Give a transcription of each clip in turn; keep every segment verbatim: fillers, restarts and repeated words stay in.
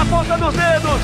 ponta dos dedos.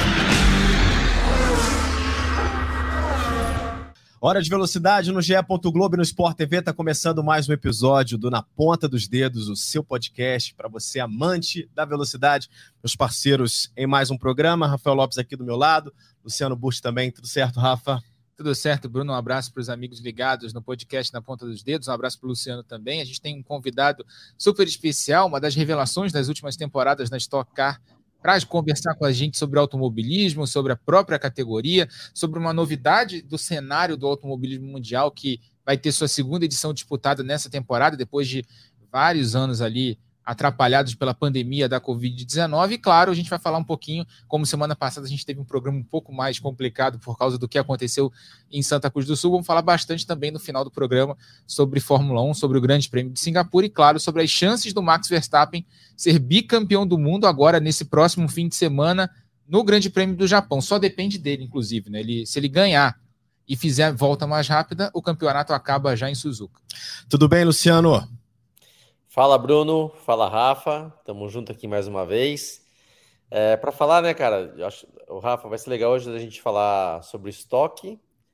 Hora de velocidade no G E. Globo e no Sport T V. Está começando mais um episódio do Na Ponta dos Dedos, o seu podcast para você amante da velocidade. Meus parceiros em mais um programa, Rafael Lopes aqui do meu lado, Luciano Burti também. Tudo certo, Rafa? Tudo certo, Bruno. Um abraço para os amigos ligados no podcast Na Ponta dos Dedos. Um abraço para o Luciano também. A gente tem um convidado super especial, uma das revelações das últimas temporadas na Stock Car, para conversar com a gente sobre automobilismo, sobre a própria categoria, sobre uma novidade do cenário do automobilismo mundial que vai ter sua segunda edição disputada nessa temporada, depois de vários anos ali atrapalhados pela pandemia da covid dezenove. E claro, a gente vai falar um pouquinho, como semana passada a gente teve um programa um pouco mais complicado por causa do que aconteceu em Santa Cruz do Sul, vamos falar bastante também no final do programa sobre Fórmula um, sobre o Grande Prêmio de Singapura e claro, sobre as chances do Max Verstappen ser bicampeão do mundo agora nesse próximo fim de semana no Grande Prêmio do Japão. Só depende dele, inclusive, né? Ele, se ele ganhar e fizer a volta mais rápida, o campeonato acaba já em Suzuka. Tudo bem, Luciano? Fala, Bruno. Fala, Rafa. Tamo junto aqui mais uma vez. É, para falar, né, cara, eu acho, o Rafa, vai ser legal hoje a gente falar sobre o estoque,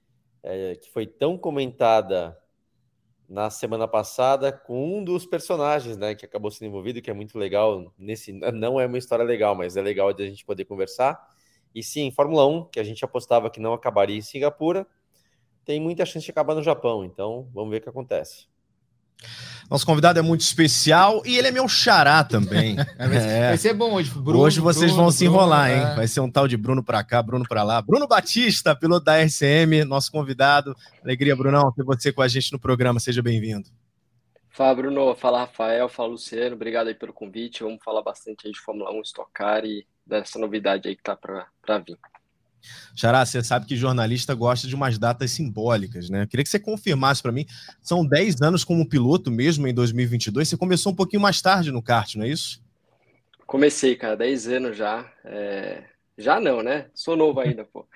é, que foi tão comentada na semana passada com um dos personagens, né, que acabou sendo envolvido, que é muito legal. Nesse, não é uma história legal, mas é legal de a gente poder conversar. E sim, Fórmula um, que a gente apostava que não acabaria em Singapura, tem muita chance de acabar no Japão. Então, vamos ver o que acontece. Nosso convidado é muito especial e ele é meu xará também. vai, é. vai ser bom hoje. Bruno, hoje vocês Bruno, vão se Bruno, enrolar, é. hein? Vai ser um tal de Bruno pra cá, Bruno pra lá. Bruno Batista, piloto da R C M, nosso convidado. Alegria, Brunão, ter você com a gente no programa. Seja bem-vindo. Fala, Bruno. Fala, Rafael. Fala, Luciano. Obrigado aí pelo convite. Vamos falar bastante aí de Fórmula um, Stock Car e dessa novidade aí que tá pra, pra vir. Xará, você sabe que jornalista gosta de umas datas simbólicas, né? Eu queria que você confirmasse para mim. São dez anos como piloto mesmo em dois mil e vinte e dois. Você começou um pouquinho mais tarde no kart, não é isso? Comecei, cara. dez anos já. É... Já não, né? Sou novo ainda, pô.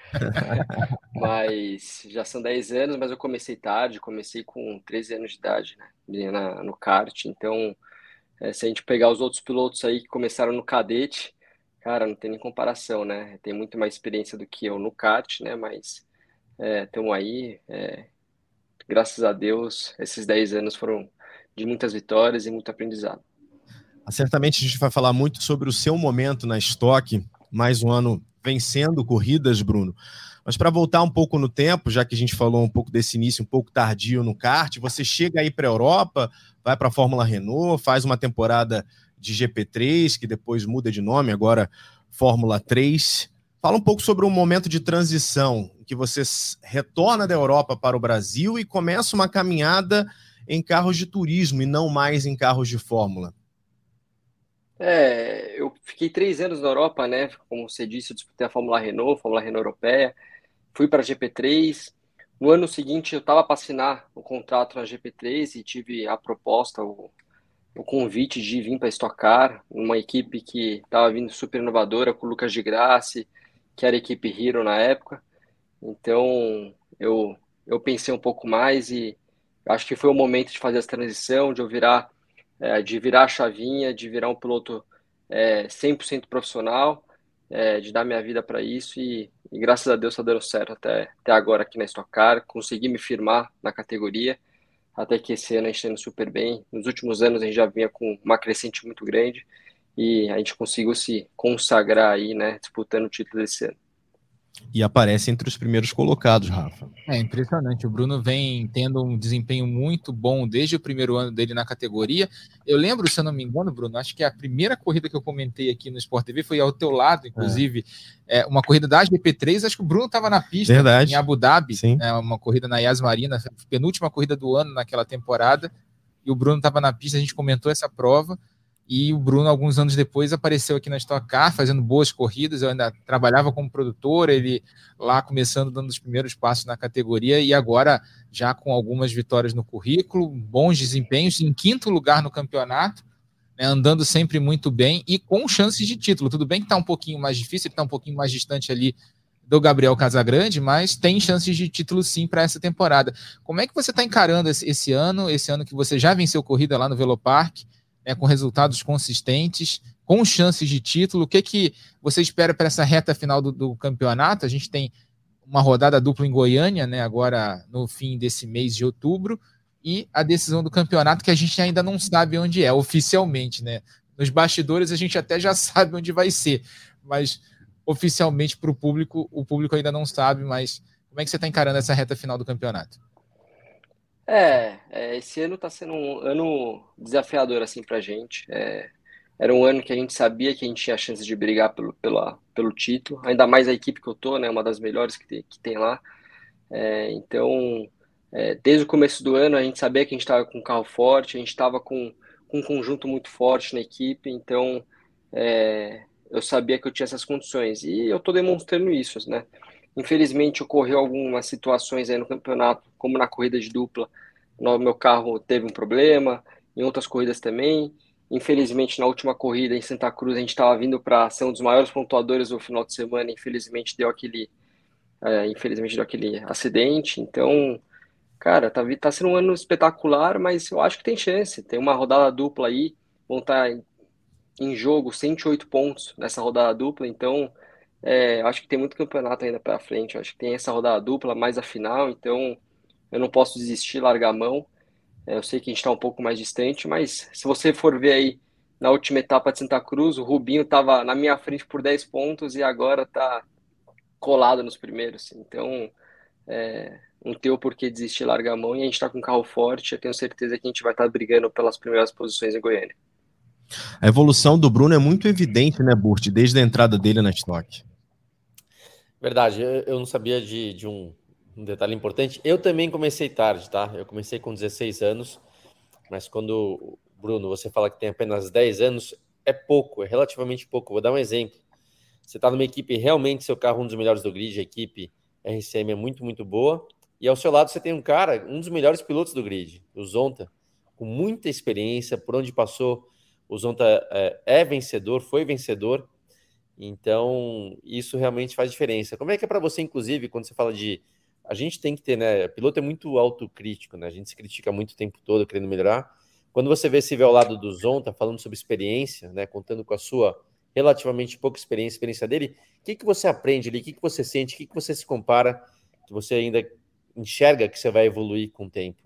Mas já são dez anos, mas eu comecei tarde. Comecei com treze anos de idade, né? Na, no kart. Então, é, se a gente pegar os outros pilotos aí que começaram no cadete, cara, não tem nem comparação, né? Tem muito mais experiência do que eu no kart, né? Mas estamos é, aí. É, graças a Deus, esses dez anos foram de muitas vitórias e muito aprendizado. Certamente a gente vai falar muito sobre o seu momento na Stock. Mais um ano vencendo corridas, Bruno. Mas para voltar um pouco no tempo, já que a gente falou um pouco desse início um pouco tardio no kart, você chega aí para a Europa, vai para a Fórmula Renault, faz uma temporada de G P três, que depois muda de nome, agora Fórmula três. Fala um pouco sobre um momento de transição, em que você retorna da Europa para o Brasil e começa uma caminhada em carros de turismo e não mais em carros de Fórmula. É, eu fiquei três anos na Europa, né? Como você disse, eu disputei a Fórmula Renault, Fórmula Renault Europeia, fui para a G P três. No ano seguinte, eu estava para assinar o contrato na G P três e tive a proposta, o o convite de vir para a Stock Car, uma equipe que estava vindo super inovadora, com o Lucas de Grassi, que era a equipe Hero na época. Então, eu, eu pensei um pouco mais e acho que foi o momento de fazer essa transição, de eu virar, é, de virar a chavinha, de virar um piloto é, cem por cento profissional, é, de dar minha vida para isso e, e graças a Deus está dando certo até, até agora aqui na Stock Car, consegui me firmar na categoria. Até que esse ano a gente está indo super bem. Nos últimos anos a gente já vinha com uma crescente muito grande e a gente conseguiu se consagrar aí, né, disputando o título desse ano. E aparece entre os primeiros colocados, Rafa. É impressionante, o Bruno vem tendo um desempenho muito bom desde o primeiro ano dele na categoria. Eu lembro, se eu não me engano, Bruno, acho que a primeira corrida que eu comentei aqui no Sport T V foi ao teu lado, inclusive, é. É, uma corrida da G P três, acho que o Bruno estava na pista, verdade, em Abu Dhabi, sim, né, uma corrida na Yas Marina, penúltima corrida do ano naquela temporada, e o Bruno estava na pista, a gente comentou essa prova, e o Bruno, alguns anos depois, apareceu aqui na Stock Car, fazendo boas corridas. Eu ainda trabalhava como produtor, ele lá começando, dando os primeiros passos na categoria, e agora já com algumas vitórias no currículo, bons desempenhos, em quinto lugar no campeonato, né, andando sempre muito bem e com chances de título. Tudo bem que está um pouquinho mais difícil, ele está um pouquinho mais distante ali do Gabriel Casagrande, mas tem chances de título sim para essa temporada. Como é que você está encarando esse, esse ano, esse ano que você já venceu corrida lá no Velopark, né, com resultados consistentes? com chances de título. O que, que você espera para essa reta final do, do campeonato? A gente tem uma rodada dupla em Goiânia, né, agora no fim desse mês de outubro, e a decisão do campeonato que a gente ainda não sabe onde é, oficialmente, né? Nos bastidores a gente até já sabe onde vai ser, mas oficialmente para o público, o público ainda não sabe. Mas como é que você está encarando essa reta final do campeonato? É, é, esse ano está sendo um ano desafiador assim para a gente. É, era um ano que a gente sabia que a gente tinha chance de brigar pelo, pela, pelo título, ainda mais a equipe que eu tô, né, uma das melhores que tem, que tem lá. É, então, é, desde o começo do ano a gente sabia que a gente estava com um carro forte, a gente estava com, com um conjunto muito forte na equipe, então é, eu sabia que eu tinha essas condições e eu estou demonstrando isso, né? Infelizmente ocorreu algumas situações aí no campeonato, como na corrida de dupla, no meu carro teve um problema, em outras corridas também. Infelizmente na última corrida em Santa Cruz a gente estava vindo para ser um dos maiores pontuadores do final de semana, infelizmente deu aquele é, infelizmente deu aquele acidente. Então, cara, tá, vi- tá sendo um ano espetacular, mas eu acho que tem chance. Tem uma rodada dupla aí, vão estar em, em jogo cento e oito pontos nessa rodada dupla. Então, é, eu acho que tem muito campeonato ainda pela frente. Eu acho que tem essa rodada dupla, mais a final. Então, eu não posso desistir, largar a mão. É, eu sei que a gente está um pouco mais distante, mas se você for ver aí na última etapa de Santa Cruz, o Rubinho estava na minha frente por dez pontos e agora tá colado nos primeiros. Então, é, não tem o porquê desistir, largar a mão, e a gente está com um carro forte. Eu tenho certeza que a gente vai estar brigando pelas primeiras posições em Goiânia. A evolução do Bruno é muito evidente, né, Burt, desde a entrada dele na Stock. Verdade, eu, eu não sabia de, de um, um detalhe importante. Eu também comecei tarde, tá? Eu comecei com dezesseis anos, mas quando, Bruno, você fala que tem apenas dez anos, é pouco, é relativamente pouco. Vou dar um exemplo. Você está numa equipe, realmente seu carro é um dos melhores do grid, a equipe R C M é muito, muito boa, e ao seu lado você tem um cara, um dos melhores pilotos do grid, o Zonta, com muita experiência, por onde passou, o Zonta é, é vencedor, foi vencedor, então isso realmente faz diferença. Como é que é para você, inclusive, quando você fala de... A gente tem que ter, né? Piloto é muito autocrítico, né? A gente se critica muito o tempo todo, querendo melhorar. Quando você vê se vê ao lado do Zonta, falando sobre experiência, né? Contando com a sua relativamente pouca experiência, experiência dele, o que, que você aprende ali? O que, que você sente? O que, que você se compara? Que você ainda enxerga que você vai evoluir com o tempo?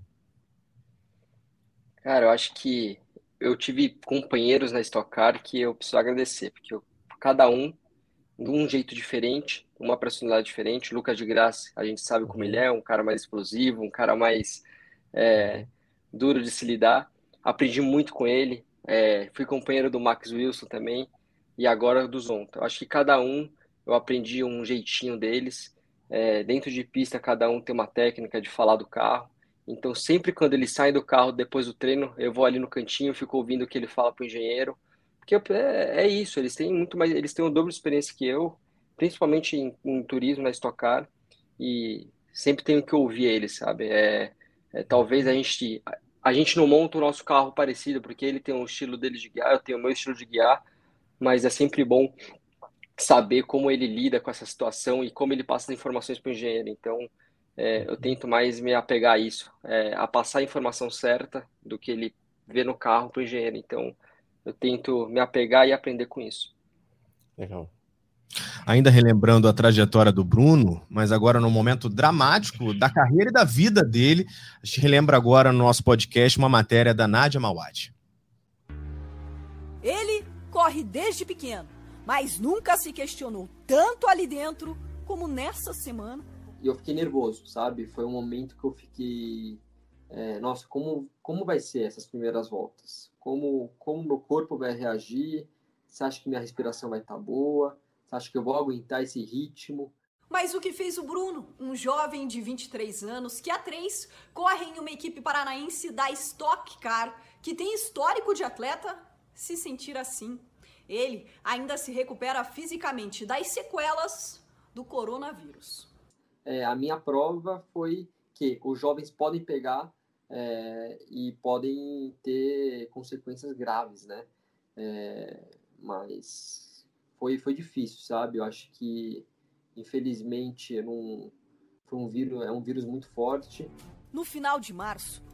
Cara, eu acho que eu tive companheiros na Stock Car que eu preciso agradecer, porque eu, cada um de um jeito diferente, uma personalidade diferente. O Lucas de Graça, a gente sabe como ele Uhum, é, um cara mais explosivo, um cara mais é, uhum. duro de se lidar. Aprendi muito com ele, é, fui companheiro do Max Wilson também, e agora do Zonta. Eu acho que cada um, eu aprendi um jeitinho deles. É, dentro de pista, cada um tem uma técnica de falar do carro. Então, sempre quando eles saem do carro depois do treino, eu vou ali no cantinho, fico ouvindo o que ele fala para o engenheiro. Porque é, é isso, eles têm muito mais, eles têm o dobro de experiência que eu, principalmente em, em turismo, na Stock Car, e sempre tenho que ouvir eles, sabe? É, é, talvez a gente, a, a gente não monta o nosso carro parecido, porque ele tem um estilo dele de guiar, eu tenho o meu estilo de guiar, mas é sempre bom saber como ele lida com essa situação e como ele passa as informações para o engenheiro. Então, é, eu tento mais me apegar a isso, é, a passar a informação certa do que ele vê no carro para o engenheiro. Então, eu tento me apegar e aprender com isso. Legal. Ainda relembrando a trajetória do Bruno, mas agora no momento dramático da carreira e da vida dele, a gente relembra agora no nosso podcast uma matéria da Nádia Mawad. Ele corre desde pequeno, mas nunca se questionou tanto ali dentro como nessa semana. E eu fiquei nervoso, sabe? Foi um momento que eu fiquei... É, nossa, como, como vai ser essas primeiras voltas? Como como meu corpo vai reagir? Você acha que minha respiração vai estar boa? Você acha que eu vou aguentar esse ritmo? Mas o que fez o Bruno, um jovem de vinte e três anos que há três corre em uma equipe paranaense da Stock Car, que tem histórico de atleta, se sentir assim? Ele ainda se recupera fisicamente das sequelas do coronavírus. É, a minha prova foi que os jovens podem pegar é, e podem ter consequências graves, né? É, mas foi, foi difícil, sabe? Eu acho que, infelizmente, não, foi um vírus, é um vírus muito forte. No final de março,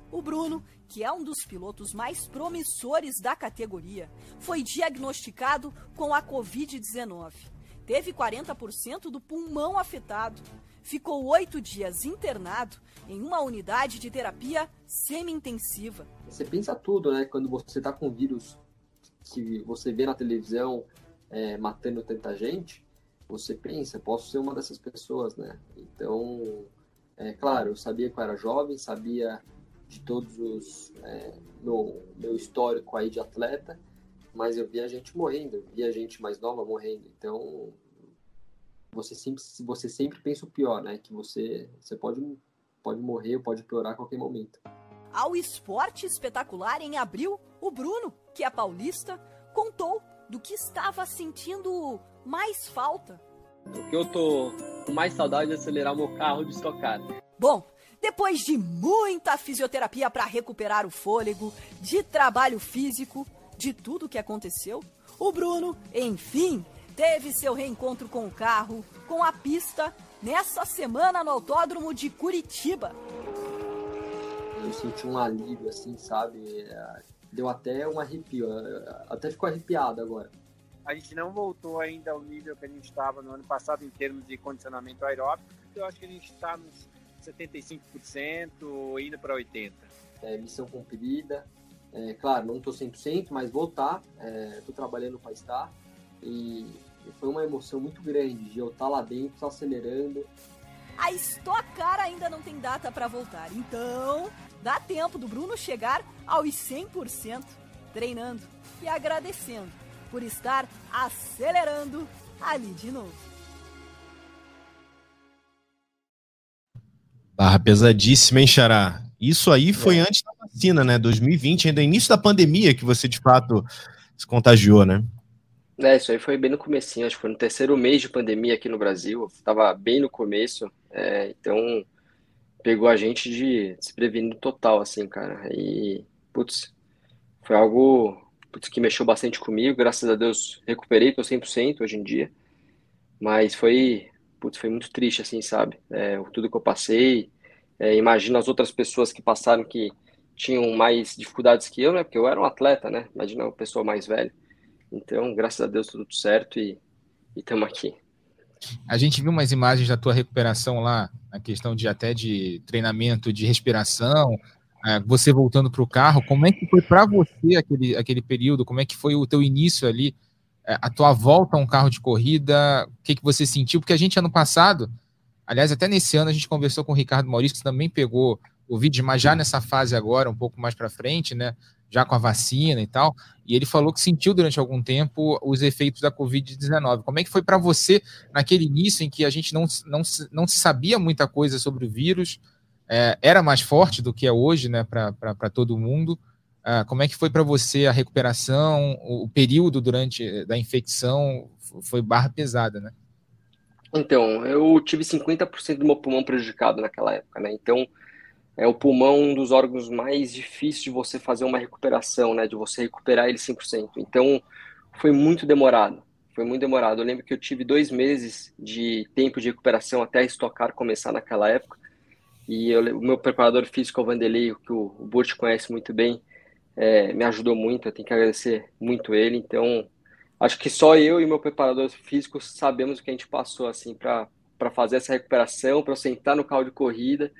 O Bruno, que é um dos pilotos mais promissores da categoria, foi diagnosticado com a covid dezenove. Teve quarenta por cento do pulmão afetado. Ficou oito dias internado em uma unidade de terapia semi-intensiva. Você pensa tudo, né? Quando você tá com vírus que você vê na televisão é, matando tanta gente, você pensa, posso ser uma dessas pessoas, né? Então, é claro, eu sabia que eu era jovem, sabia de todos os... É, meu, meu histórico aí de atleta, mas eu via gente morrendo, eu via gente mais nova morrendo. Então, você sempre, você sempre pensa o pior, né? Que você, você pode, pode morrer ou pode piorar a qualquer momento. Ao Esporte Espetacular, em abril, o Bruno, que é paulista, contou do que estava sentindo mais falta. O que eu tô com mais saudade é acelerar meu carro de Stock Car. Bom, depois de muita fisioterapia para recuperar o fôlego, de trabalho físico, de tudo que aconteceu, o Bruno, enfim, teve seu reencontro com o carro, com a pista, nessa semana no Autódromo de Curitiba. Eu senti um alívio, assim, sabe? Deu até um arrepio, até ficou arrepiado agora. A gente não voltou ainda ao nível que a gente estava no ano passado em termos de condicionamento aeróbico. Eu acho que a gente está nos setenta e cinco por cento, indo para oitenta por cento. É, missão cumprida. É, claro, não estou cem por cento, mas vou estar. Estou é, trabalhando para estar. E foi uma emoção muito grande de eu estar lá dentro, acelerando. A Stock Car ainda não tem data para voltar, então dá tempo do Bruno chegar aos cem por cento, treinando e agradecendo por estar acelerando ali de novo. Barra pesadíssima, hein, Xará? Isso aí foi é. antes da vacina, né? dois mil e vinte, ainda início da pandemia que você, de fato, se contagiou, né? É, isso aí foi bem no comecinho, acho que foi no terceiro mês de pandemia aqui no Brasil. Estava bem no começo, é, então pegou a gente de desprevenido total, assim, cara. E, putz, foi algo putz, que mexeu bastante comigo. Graças a Deus recuperei, tô cem por cento hoje em dia. Mas foi, putz, foi muito triste, assim, sabe? É, tudo que eu passei. É, imagino as outras pessoas que passaram que tinham mais dificuldades que eu, né? Porque eu era um atleta, né? Imagina uma pessoa mais velha. Então, graças a Deus, tudo certo e estamos aqui. A gente viu umas imagens da tua recuperação lá, na questão de até de treinamento, de respiração, é, você voltando para o carro. Como é que foi para você aquele, aquele período? Como é que foi o teu início ali, é, a tua volta a um carro de corrida? O que, que você sentiu? Porque a gente, ano passado, aliás, até nesse ano, a gente conversou com o Ricardo Maurício, que também pegou o vídeo, mas já nessa fase agora, um pouco mais para frente, né? Já com a vacina e tal, e ele falou que sentiu durante algum tempo os efeitos da covid dezenove. Como é que foi para você naquele início em que a gente não, não, não sabia muita coisa sobre o vírus, é, era mais forte do que é hoje, né, para todo mundo? É, como é que foi para você a recuperação, o, o período durante da infecção? Foi barra pesada, né? Então, eu tive cinquenta por cento do meu pulmão prejudicado naquela época, né? Então, é o pulmão um dos órgãos mais difíceis de você fazer uma recuperação, né? De você recuperar ele cem por cento. Então, foi muito demorado. Foi muito demorado. Eu lembro que eu tive dois meses de tempo de recuperação até a Stock Car começar naquela época. E eu, o meu preparador físico, o Vanderlei, que o, o Burt conhece muito bem, é, me ajudou muito. Eu tenho que agradecer muito ele. Então, acho que só eu e meu preparador físico sabemos o que a gente passou, assim, para para fazer essa recuperação, para eu sentar no carro de corrida.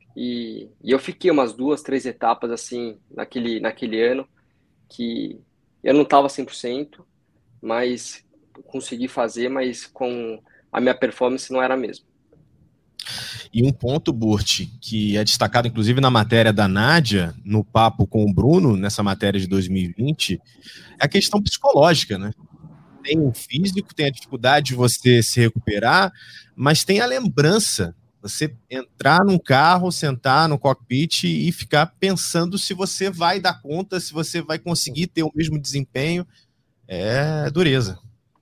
E, e eu fiquei umas duas, três etapas assim naquele, naquele ano que eu não estava cem por cento, mas consegui fazer, mas com a minha performance não era a mesma. E um ponto, Burt, que é destacado inclusive na matéria da Nádia, no papo com o Bruno, nessa matéria de dois mil e vinte, é a questão psicológica, né? Tem o físico, tem a dificuldade de você se recuperar, mas tem a lembrança. Você entrar num carro, sentar no cockpit e ficar pensando se você vai dar conta, se você vai conseguir ter o mesmo desempenho. É dureza.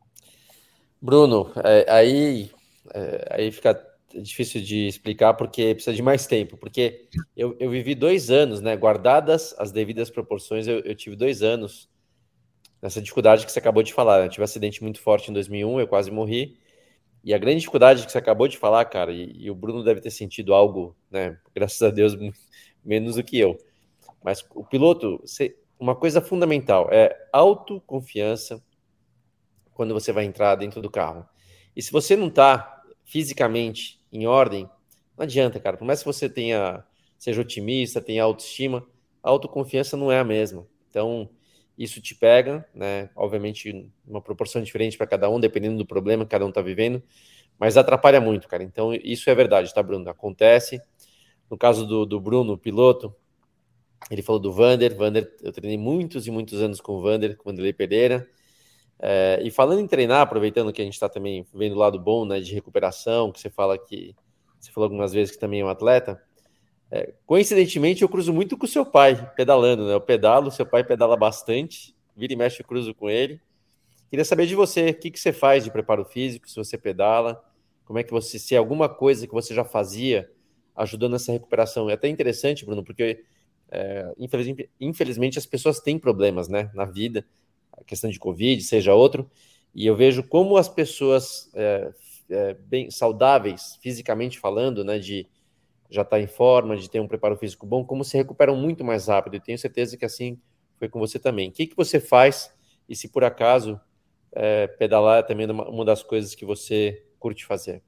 Bruno, é, aí, é, aí fica difícil de explicar porque precisa de mais tempo. Porque eu, eu vivi dois anos, né? Guardadas as devidas proporções, eu, eu tive dois anos nessa dificuldade que você acabou de falar. Eu tive um acidente muito forte em dois mil e um, eu quase morri. E a grande dificuldade que você acabou de falar, cara, e, e o Bruno deve ter sentido algo, né, graças a Deus, menos do que eu, Mas o piloto, uma coisa fundamental é autoconfiança quando você vai entrar dentro do carro. E se você não está fisicamente em ordem, não adianta, cara. Por mais que você tenha, seja otimista, tenha autoestima, a autoconfiança não é a mesma. Então, isso te pega, né? Obviamente, uma proporção diferente para cada um, dependendo do problema que cada um está vivendo, mas atrapalha muito, cara. Então, isso é verdade, tá, Bruno? Acontece. No caso do, do Bruno, o piloto, ele falou do Vander. Vander, eu treinei muitos e muitos anos com o Vander, com o Vanderlei Pereira. É, e falando em treinar, aproveitando que a gente está também vendo o lado bom, né, de recuperação, que você fala que você falou algumas vezes que também é um atleta. É, coincidentemente, eu cruzo muito com o seu pai, pedalando, né? Eu pedalo, seu pai pedala bastante, vira e mexe, eu cruzo com ele. Queria saber de você, o que, que você faz de preparo físico, se você pedala, como é que você, se é alguma coisa que você já fazia ajudando nessa recuperação. É até interessante, Bruno, porque é, infelizmente, infelizmente as pessoas têm problemas, né, na vida, a questão de Covid, seja outro, e eu vejo como as pessoas é, é, bem saudáveis, fisicamente falando, né, de já estar em forma, de ter um preparo físico bom, como se recuperam muito mais rápido, e tenho certeza que assim foi com você também. O que, que você faz, e se por acaso é, pedalar é também uma, uma das coisas que você curte fazer?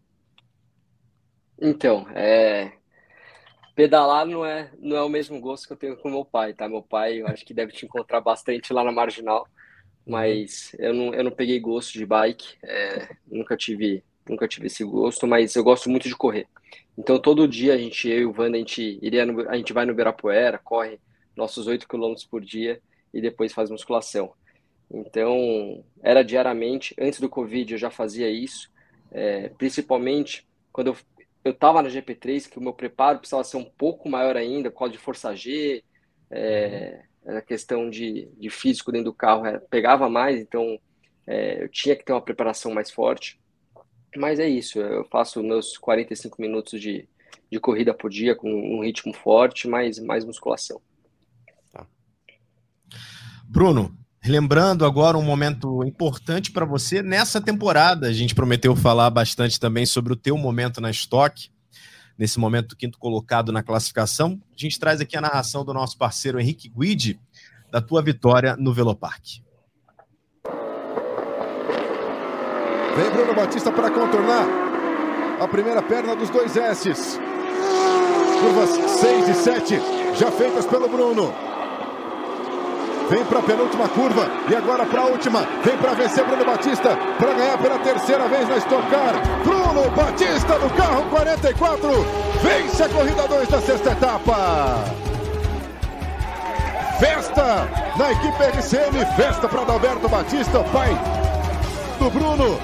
Então, é... pedalar não é, não é o mesmo gosto que eu tenho com meu pai, tá? Meu pai, eu acho que deve te encontrar bastante lá na Marginal, mas eu não, eu não peguei gosto de bike, é, nunca tive, nunca tive esse gosto, mas eu gosto muito de correr. Então todo dia a gente, eu e o Wanda, a gente iria no, a gente vai no Ibirapuera, corre nossos oito quilômetros por dia e depois faz musculação. Então era diariamente, antes do Covid eu já fazia isso, é, principalmente quando eu eu estava na G P três, que o meu preparo precisava ser um pouco maior ainda, por causa de força G, é, a questão de, de físico dentro do carro é, pegava mais, então é, eu tinha que ter uma preparação mais forte. Mas é isso, eu faço meus quarenta e cinco minutos de, de corrida por dia, com um ritmo forte, mais, mais musculação. Tá. Bruno, lembrando agora um momento importante para você nessa temporada. A gente prometeu falar bastante também sobre o teu momento na Stock, nesse momento quinto colocado na classificação. A gente traz aqui a narração do nosso parceiro Henrique Guidi, da tua vitória no Velopark. Vem Bruno Batista para contornar a primeira perna dos dois S's. Curvas seis e sete já feitas pelo Bruno. Vem para a penúltima curva e agora para a última. Vem para vencer Bruno Batista, para ganhar pela terceira vez na Stock Car. Bruno Batista no carro quarenta e quatro, vence a corrida dois da sexta etapa. Festa na equipe R C M, festa para Adalberto Batista, pai do Bruno.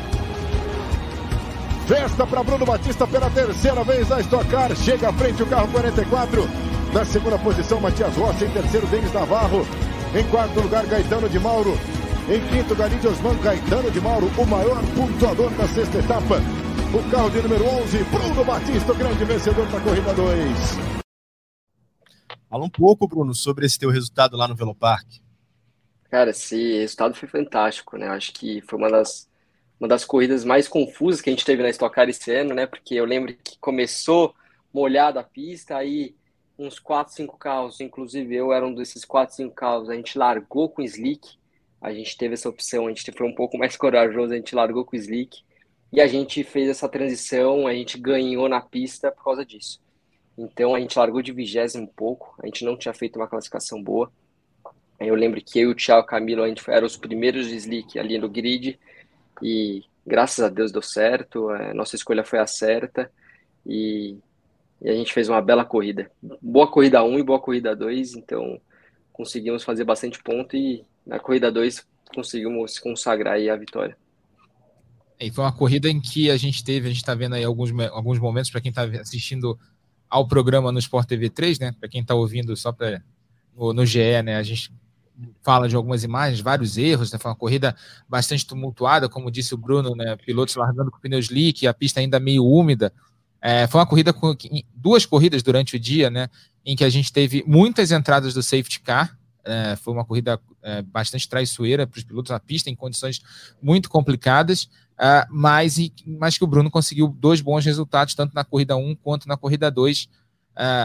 Festa para Bruno Batista pela terceira vez na Stock Car. Chega à frente o carro quarenta e quatro. Na segunda posição, Matias Rocha. Em terceiro, Denis Navarro. Em quarto lugar, Gaetano de Mauro. Em quinto, Galídio Osman. Gaetano de Mauro, o maior pontuador da sexta etapa. O carro de número onze, Bruno Batista, o grande vencedor da corrida dois. Fala um pouco, Bruno, sobre esse teu resultado lá no Velopark. Cara, esse resultado foi fantástico, né? Acho que foi uma das, uma das corridas mais confusas que a gente teve na Stock Car esse ano, né? Porque eu lembro que começou molhada a pista, aí uns quatro, cinco carros, inclusive eu era um desses quatro, cinco carros, a gente largou com slick, a gente teve essa opção, a gente foi um pouco mais corajoso, a gente largou com slick, e a gente fez essa transição, a gente ganhou na pista por causa disso. Então a gente largou de vigésimo um pouco, a gente não tinha feito uma classificação boa. Eu lembro que eu e o Thiago Camilo, a gente eram os primeiros de slick ali no grid, e graças a Deus deu certo, a nossa escolha foi a certa, e, e a gente fez uma bela corrida. Boa corrida um e boa corrida dois, então conseguimos fazer bastante ponto, e na corrida dois conseguimos consagrar aí a vitória. E foi uma corrida em que a gente teve, a gente está vendo aí alguns, alguns momentos, para quem está assistindo ao programa no Sport T V três, né? Para quem está ouvindo só pra, no, no G E, né? A gente fala de algumas imagens, vários erros, né? Foi uma corrida bastante tumultuada, como disse o Bruno, né? Pilotos largando com pneu slick, a pista ainda meio úmida. É, foi uma corrida com duas corridas durante o dia, né? Em que a gente teve muitas entradas do safety car. É, foi uma corrida é, bastante traiçoeira para os pilotos na pista, em condições muito complicadas, uh, mas, mas que o Bruno conseguiu dois bons resultados, tanto na corrida um quanto na corrida dois. Uh,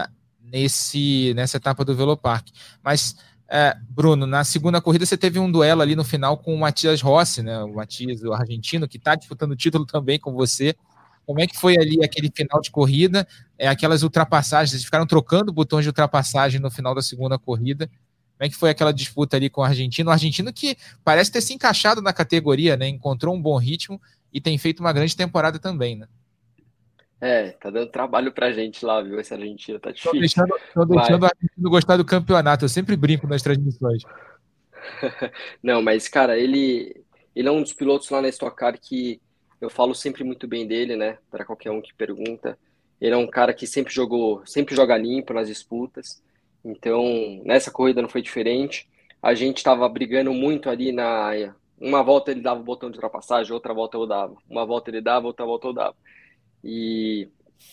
nesse, nessa etapa do Velopark. Mas, é, Bruno, na segunda corrida você teve um duelo ali no final com o Matias Rossi, né? O Matias, o argentino, que está disputando o título também com você. Como é que foi ali aquele final de corrida? É, aquelas ultrapassagens, eles ficaram trocando botões de ultrapassagem no final da segunda corrida. Como é que foi aquela disputa ali com o argentino? O argentino que parece ter se encaixado na categoria, né? Encontrou um bom ritmo e tem feito uma grande temporada também, né? É, tá dando trabalho pra gente lá, viu? Essa Argentina tá Tô difícil. deixando, tô deixando mas... o argentino gostar do campeonato. Eu sempre brinco nas transmissões. Não, mas, cara, ele, ele é um dos pilotos lá na Stock Car que eu falo sempre muito bem dele, né? Para qualquer um que pergunta. Ele é um cara que sempre jogou, sempre joga limpo nas disputas. Então, nessa corrida não foi diferente. A gente estava brigando muito ali na... Uma volta ele dava o botão de ultrapassagem, outra volta eu dava. Uma volta ele dava, outra volta eu dava. E,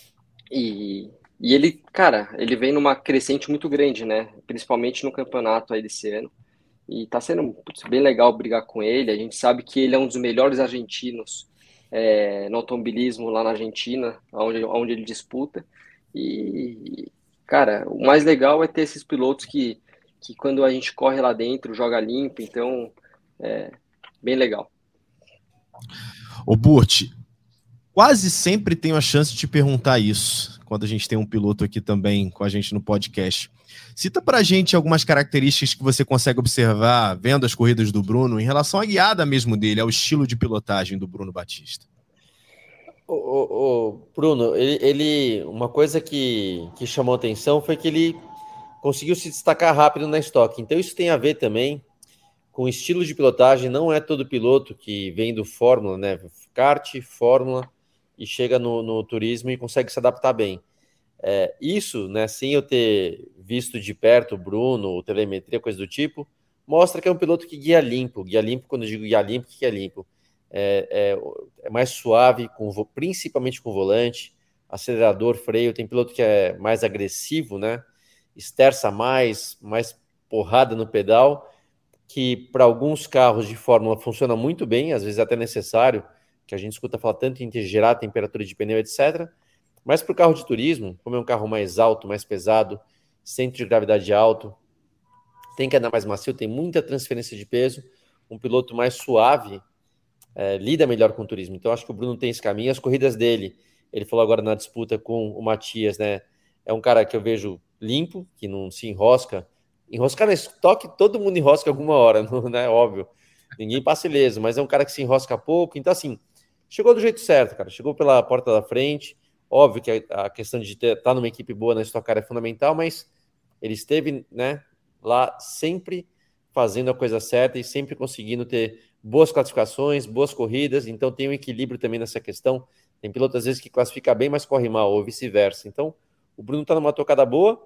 e, e ele, cara, ele vem numa crescente muito grande, né? Principalmente no campeonato aí desse ano. E tá sendo putz, bem legal brigar com ele. A gente sabe que ele é um dos melhores argentinos é, no automobilismo lá na Argentina, onde, onde ele disputa. E, cara, o mais legal é ter esses pilotos que, que quando a gente corre lá dentro, joga limpo. Então, é bem legal. Ô, Burt, quase sempre tenho a chance de te perguntar isso, quando a gente tem um piloto aqui também com a gente no podcast. Cita pra gente algumas características que você consegue observar vendo as corridas do Bruno em relação à guiada mesmo dele, ao estilo de pilotagem do Bruno Batista. O, o, o Bruno, ele, ele, uma coisa que, que chamou atenção foi que ele conseguiu se destacar rápido na Stock. Então isso tem a ver também com o estilo de pilotagem. Não é todo piloto que vem do Fórmula, né? Kart, Fórmula, e chega no, no turismo e consegue se adaptar bem. É, isso, né, sem eu ter visto de perto o Bruno, telemetria, coisa do tipo, mostra que é um piloto que guia limpo. Guia limpo, quando eu digo guia limpo, o que é limpo? É, é, é mais suave, com, principalmente com volante, acelerador, freio. Tem piloto que é mais agressivo, né? Esterça mais, mais porrada no pedal, que para alguns carros de Fórmula funciona muito bem, às vezes é até necessário, que a gente escuta falar tanto em gerar temperatura de pneu, etcétera. Mas para o carro de turismo, como é um carro mais alto, mais pesado, centro de gravidade alto, tem que andar mais macio, tem muita transferência de peso, um piloto mais suave é, lida melhor com o turismo. Então acho que o Bruno tem esse caminho. As corridas dele, ele falou agora na disputa com o Matias, né? É um cara que eu vejo limpo, que não se enrosca. Enroscar na Stock, todo mundo enrosca alguma hora, não é óbvio. Ninguém passa ileso, mas é um cara que se enrosca pouco. Então assim, chegou do jeito certo, cara. Chegou pela porta da frente. Óbvio que a questão de estar tá numa equipe boa na Stock Car é fundamental, mas ele esteve, né, lá sempre fazendo a coisa certa e sempre conseguindo ter boas classificações, boas corridas. Então tem um equilíbrio também nessa questão. Tem piloto às vezes que classifica bem, mas corre mal, ou vice-versa. Então o Bruno tá numa tocada boa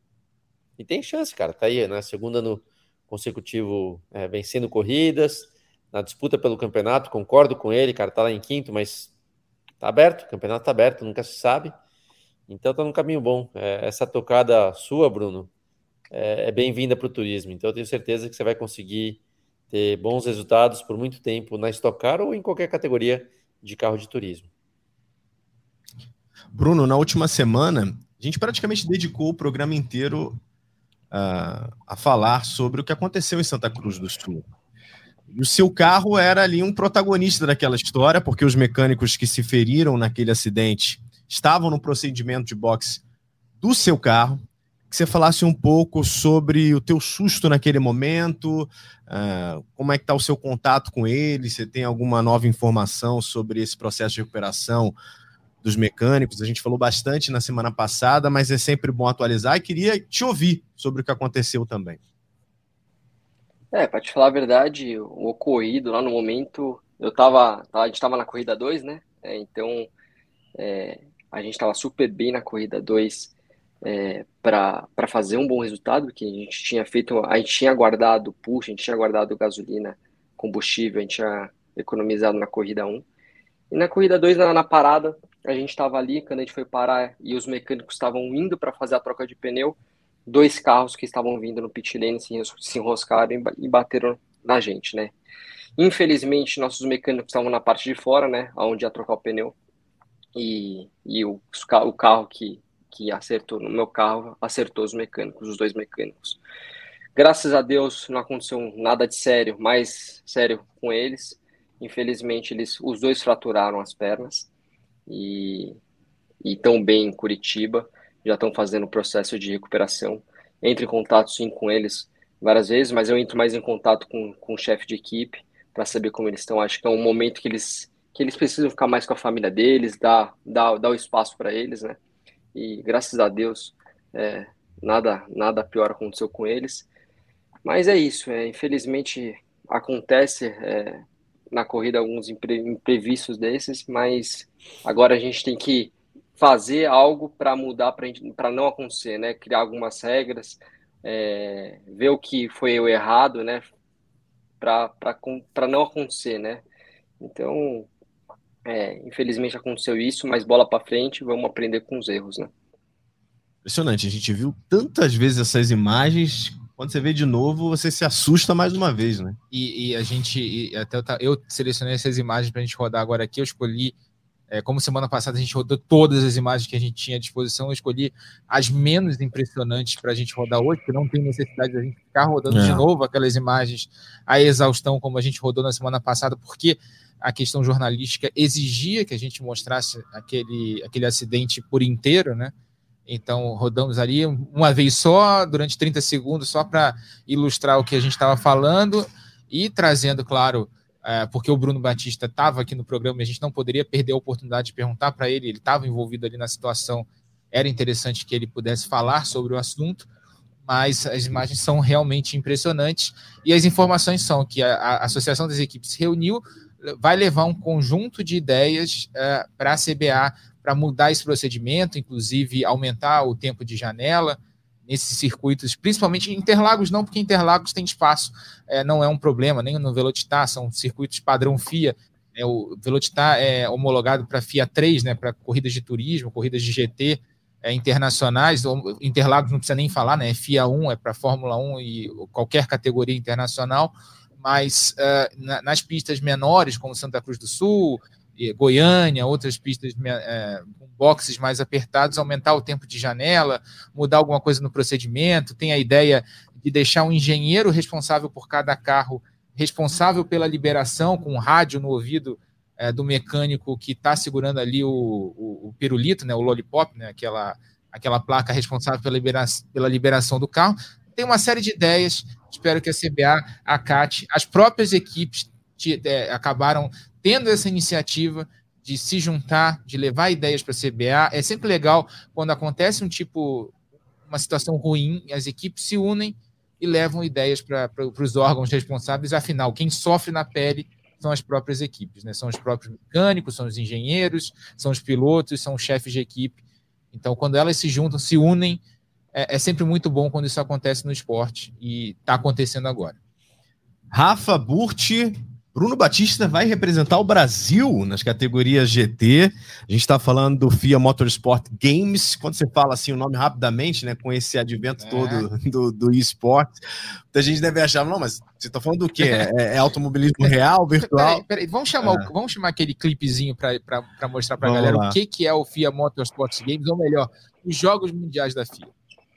e tem chance, cara. Tá aí, né? Segundo ano consecutivo é, vencendo corridas, na disputa pelo campeonato. Concordo com ele, cara. Tá lá em quinto, mas tá aberto, o campeonato tá aberto, nunca se sabe. Então tá num caminho bom. É, essa tocada sua, Bruno, é, é bem-vinda para o turismo. Então eu tenho certeza que você vai conseguir ter bons resultados por muito tempo na Stock Car ou em qualquer categoria de carro de turismo. Bruno, na última semana, a gente praticamente dedicou o programa inteiro uh, a falar sobre o que aconteceu em Santa Cruz do Sul. E o seu carro era ali um protagonista daquela história, porque os mecânicos que se feriram naquele acidente estavam no procedimento de boxe do seu carro. Que você falasse um pouco sobre o teu susto naquele momento, uh, como é que está o seu contato com ele, você tem alguma nova informação sobre esse processo de recuperação dos mecânicos. A gente falou bastante na semana passada, mas é sempre bom atualizar e queria te ouvir sobre o que aconteceu também. É, para te falar a verdade, o ocorrido lá no momento, eu tava, a gente tava na corrida dois, né? É, então, é, a gente tava super bem na corrida dois é, para fazer um bom resultado, porque a gente tinha feito, a gente tinha guardado push, a gente tinha guardado gasolina, combustível, a gente tinha economizado na corrida um. E na corrida dois, na, na parada, a gente tava ali, quando a gente foi parar e os mecânicos estavam indo para fazer a troca de pneu, dois carros que estavam vindo no pit lane se, se enroscaram e bateram na gente, né? Infelizmente, nossos mecânicos estavam na parte de fora, né? Onde ia trocar o pneu. E, e o, o carro que, que acertou no meu carro, acertou os mecânicos, os dois mecânicos. Graças a Deus não aconteceu nada de sério, mais sério com eles. Infelizmente, eles, os dois fraturaram as pernas e estão bem em Curitiba, já estão fazendo o processo de recuperação. Entro em contato sim com eles várias vezes, mas eu entro mais em contato com, com o chefe de equipe para saber como eles estão. Acho que é um momento que eles, que eles precisam ficar mais com a família deles, dar, dar, dar o espaço para eles, né? E graças a Deus, é, nada, nada pior aconteceu com eles. Mas é isso, é, infelizmente acontece é, na corrida alguns impre, imprevistos desses, mas agora a gente tem que fazer algo para mudar, para não acontecer, né? Criar algumas regras, é, ver o que foi o errado, né? Para não acontecer, né? Então, é, infelizmente aconteceu isso, mas bola para frente, vamos aprender com os erros, né? Impressionante, a gente viu tantas vezes essas imagens. Quando você vê de novo, você se assusta mais uma vez, né? E, e a gente, e até eu, eu selecionei essas imagens para a gente rodar agora aqui. Eu escolhi, é, como semana passada a gente rodou todas as imagens que a gente tinha à disposição, eu escolhi as menos impressionantes para a gente rodar hoje, porque não tem necessidade de a gente ficar rodando é. de novo aquelas imagens à exaustão, como a gente rodou na semana passada, porque a questão jornalística exigia que a gente mostrasse aquele, aquele acidente por inteiro, né? Então, rodamos ali uma vez só, durante trinta segundos, só para ilustrar o que a gente estava falando e trazendo, claro, é, porque o Bruno Batista estava aqui no programa e a gente não poderia perder a oportunidade de perguntar para ele, ele estava envolvido ali na situação, era interessante que ele pudesse falar sobre o assunto, mas as imagens são realmente impressionantes e as informações são que a, a Associação das Equipes se reuniu, vai levar um conjunto de ideias é, para a C B A, para mudar esse procedimento, inclusive aumentar o tempo de janela nesses circuitos, principalmente Interlagos não, porque Interlagos tem espaço, é, não é um problema, nem no Velocitar, são circuitos padrão F I A, é, o Velocitar é homologado para F I A três, né, para corridas de turismo, corridas de G T é, internacionais, Interlagos não precisa nem falar, né, F I A um é para Fórmula um e qualquer categoria internacional, mas uh, na, nas pistas menores, como Santa Cruz do Sul, Goiânia, outras pistas é, com boxes mais apertados, aumentar o tempo de janela, mudar alguma coisa no procedimento, tem a ideia de deixar um engenheiro responsável por cada carro, responsável pela liberação, com um rádio no ouvido é, do mecânico que está segurando ali o, o, o pirulito, né, o lollipop, né, aquela, aquela placa responsável pela, libera pela liberação do carro. Tem uma série de ideias, espero que a C B A acate. As próprias equipes te, é, acabaram tendo essa iniciativa de se juntar, de levar ideias para a C B A. É sempre legal quando acontece um tipo, uma situação ruim, as equipes se unem e levam ideias para os órgãos responsáveis. Afinal, quem sofre na pele são as próprias equipes, né? São os próprios mecânicos, são os engenheiros, são os pilotos, são os chefes de equipe. Então, quando elas se juntam, se unem, é, é sempre muito bom quando isso acontece no esporte, e está acontecendo agora. Rafa Burti, Bruno Batista vai representar o Brasil nas categorias G T. A gente está falando do F I A Motorsport Games. Quando você fala assim o nome rapidamente, né, com esse advento é. todo do, do eSport, a gente deve achar, não, mas você está falando do quê? É, é automobilismo real, virtual? Peraí, peraí, vamos, chamar é. o, vamos chamar aquele clipezinho para mostrar para a galera lá o que, que é o F I A Motorsport Games, ou melhor, os Jogos Mundiais da F I A.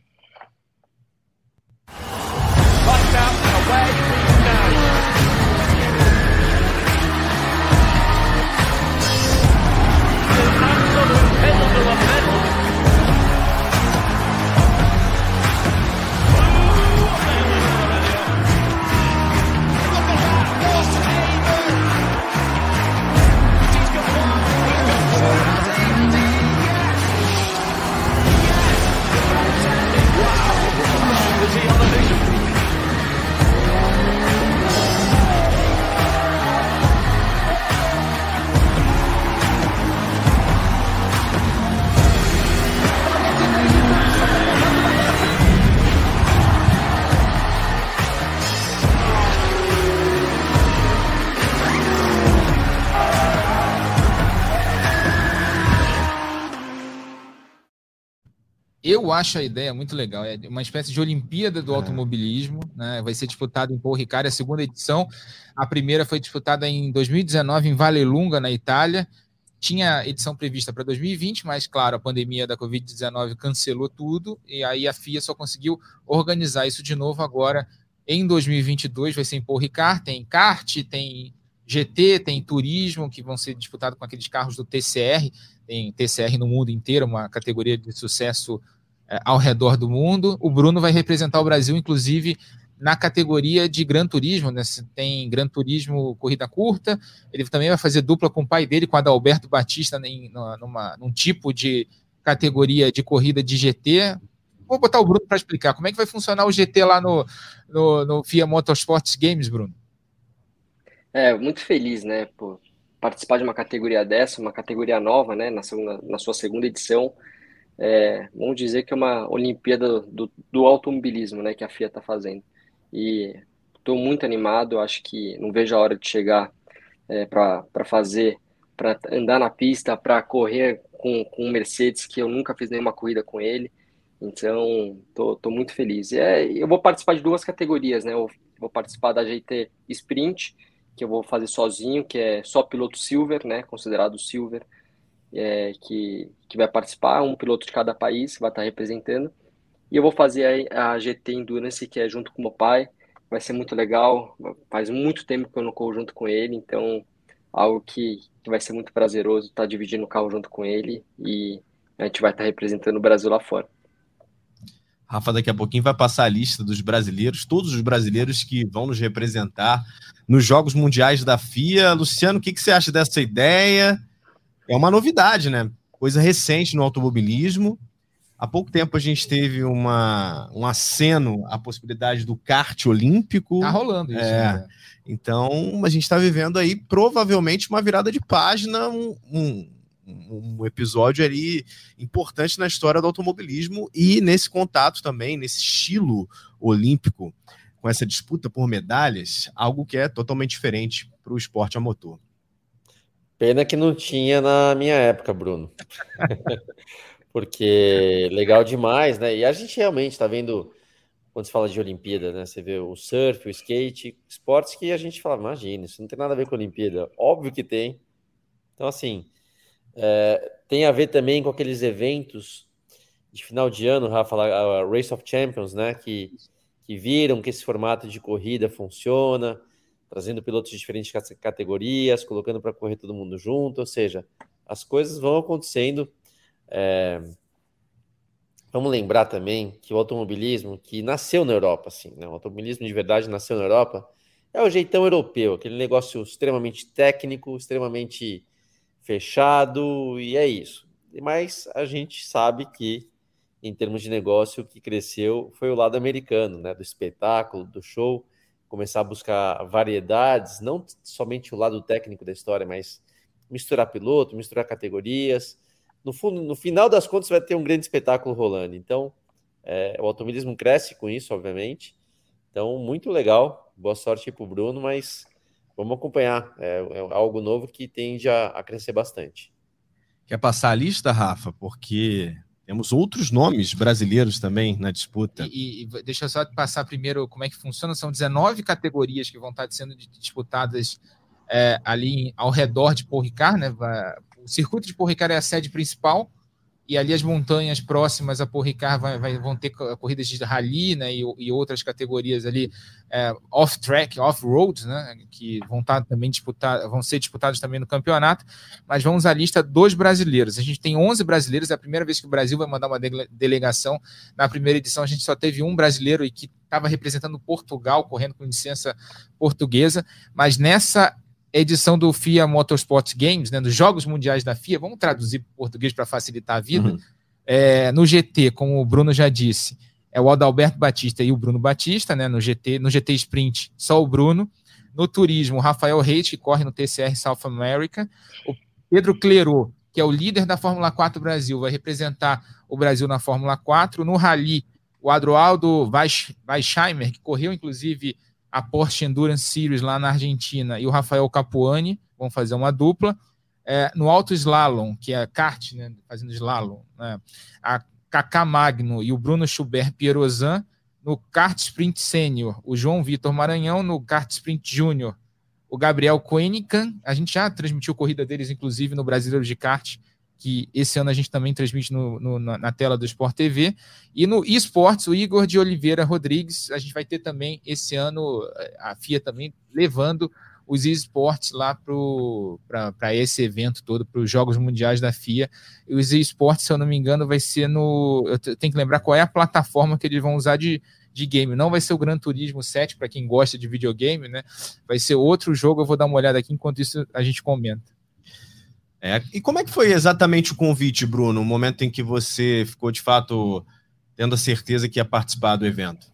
Eu acho a ideia muito legal. É uma espécie de Olimpíada do automobilismo, né? Vai ser disputado em Paul Ricard, a segunda edição. A primeira foi disputada em dois mil e dezenove em Vallelunga, na Itália. tinha edição prevista para dois mil e vinte, mas, claro, a pandemia da covid dezenove cancelou tudo, e aí a F I A só conseguiu organizar isso de novo agora em dois mil e vinte e dois. Vai ser em Paul Ricard, tem kart, tem G T, tem turismo, que vão ser disputados com aqueles carros do T C R, tem T C R no mundo inteiro, uma categoria de sucesso é, ao redor do mundo. O Bruno vai representar o Brasil, inclusive, na categoria de Gran Turismo, né? Tem Gran Turismo corrida curta, ele também vai fazer dupla com o pai dele, com a Adalberto Batista, em, numa, num tipo de categoria de corrida de G T. Vou botar o Bruno para explicar como é que vai funcionar o G T lá no, no, no F I A Motorsports Games, Bruno. É, muito feliz, né, por participar de uma categoria dessa, uma categoria nova, né, na, segunda, na sua segunda edição. É, vamos dizer que é uma Olimpíada do, do automobilismo, né, que a F I A está fazendo. E estou muito animado, acho que não vejo a hora de chegar é, para fazer, para andar na pista, para correr com, com o Mercedes, que eu nunca fiz nenhuma corrida com ele. Então, tô, tô muito feliz. E é, eu vou participar de duas categorias, né? Eu vou participar da G T Sprint, que eu vou fazer sozinho, que é só piloto Silver, né? Considerado Silver, é, que, que vai participar, um piloto de cada país vai estar representando. E eu vou fazer a, a G T Endurance, que é junto com meu pai. Vai ser muito legal. Faz muito tempo que eu não corro junto com ele, então algo que, que vai ser muito prazeroso estar dividindo o carro junto com ele, e a gente vai estar representando o Brasil lá fora. Rafa, daqui a pouquinho vai passar a lista dos brasileiros, todos os brasileiros que vão nos representar nos Jogos Mundiais da F I A. Luciano, o que, que você acha dessa ideia? É uma novidade, né? Coisa recente no automobilismo. Há pouco tempo a gente teve uma, um aceno à possibilidade do kart olímpico. Tá rolando isso. É, né? Então, a gente está vivendo aí provavelmente uma virada de página, um, um, um episódio ali importante na história do automobilismo e nesse contato também, nesse estilo olímpico, com essa disputa por medalhas, algo que é totalmente diferente para o esporte a motor. Pena que não tinha na minha época, Bruno. Porque legal demais, né? E a gente realmente está vendo, quando se fala de Olimpíada, né? Você vê o surf, o skate, esportes que a gente fala, imagina, isso não tem nada a ver com a Olimpíada. Óbvio que tem. Então, assim, é, tem a ver também com aqueles eventos de final de ano, Rafa, a Race of Champions, né? Que, que viram que esse formato de corrida funciona, trazendo pilotos de diferentes categorias, colocando para correr todo mundo junto, ou seja, as coisas vão acontecendo. É... Vamos lembrar também que o automobilismo, que nasceu na Europa, assim, né? O automobilismo de verdade nasceu na Europa, é o jeitão europeu, aquele negócio extremamente técnico, extremamente fechado, e é isso. Mas a gente sabe que, em termos de negócio, o que cresceu foi o lado americano, né? Do espetáculo, do show, começar a buscar variedades, não somente o lado técnico da história, mas misturar piloto, misturar categorias. No, fundo, no final das contas, vai ter um grande espetáculo rolando. Então, é, o automobilismo cresce com isso, obviamente. Então, muito legal. Boa sorte para o Bruno, mas vamos acompanhar. É, é algo novo que tende a, a crescer bastante. Quer passar a lista, Rafa? Porque temos outros nomes brasileiros também na disputa. E, e deixa eu só passar primeiro como é que funciona. São dezenove categorias que vão estar sendo disputadas é, ali ao redor de Paul Ricard, né? O circuito de Paul Ricard é a sede principal, e ali as montanhas próximas a Paul Ricard vai, vai, vão ter corridas de rally, né, e, e outras categorias ali é, off-track, off-road, né, que vão, estar também disputar, vão ser disputados também no campeonato. Mas vamos à lista dos brasileiros. A gente tem onze brasileiros, é a primeira vez que o Brasil vai mandar uma delegação. Na primeira edição a gente só teve um brasileiro e que estava representando Portugal, correndo com licença portuguesa, mas nessa edição do F I A Motorsport Games, né, dos Jogos Mundiais da F I A, vamos traduzir para o português para facilitar a vida, uhum. é, no G T, como o Bruno já disse, é o Adalberto Batista e o Bruno Batista, né, no G T, no G T Sprint, só o Bruno. No turismo, o Rafael Reis, que corre no T C R South America. O Pedro Clerot, que é o líder da Fórmula quatro Brasil, vai representar o Brasil na Fórmula quatro. No Rally, o Adroaldo Weisheimer, que correu, inclusive, a Porsche Endurance Series lá na Argentina, e o Rafael Capuani vão fazer uma dupla. É, no Alto Slalom, que é kart, né, fazendo slalom, né, a Kaká Magno e o Bruno Schubert Pierozan. No kart sprint sênior, o João Vitor Maranhão. No kart sprint júnior, o Gabriel Koenikan. A gente já transmitiu a corrida deles, inclusive, no Brasileiro de Kart, que esse ano a gente também transmite no, no, na tela do Sport T V. E no eSports, o Igor de Oliveira Rodrigues, a gente vai ter também esse ano, a F I A também levando os eSports lá para esse evento todo, para os Jogos Mundiais da F I A. E os eSports, se eu não me engano, vai ser no... Eu tenho que lembrar qual é a plataforma que eles vão usar de, de game. Não vai ser o Gran Turismo sete, para quem gosta de videogame, né? Vai ser outro jogo, eu vou dar uma olhada aqui, enquanto isso a gente comenta. É, e como é que foi exatamente o convite, Bruno, o momento em que você ficou, de fato, tendo a certeza que ia participar do evento?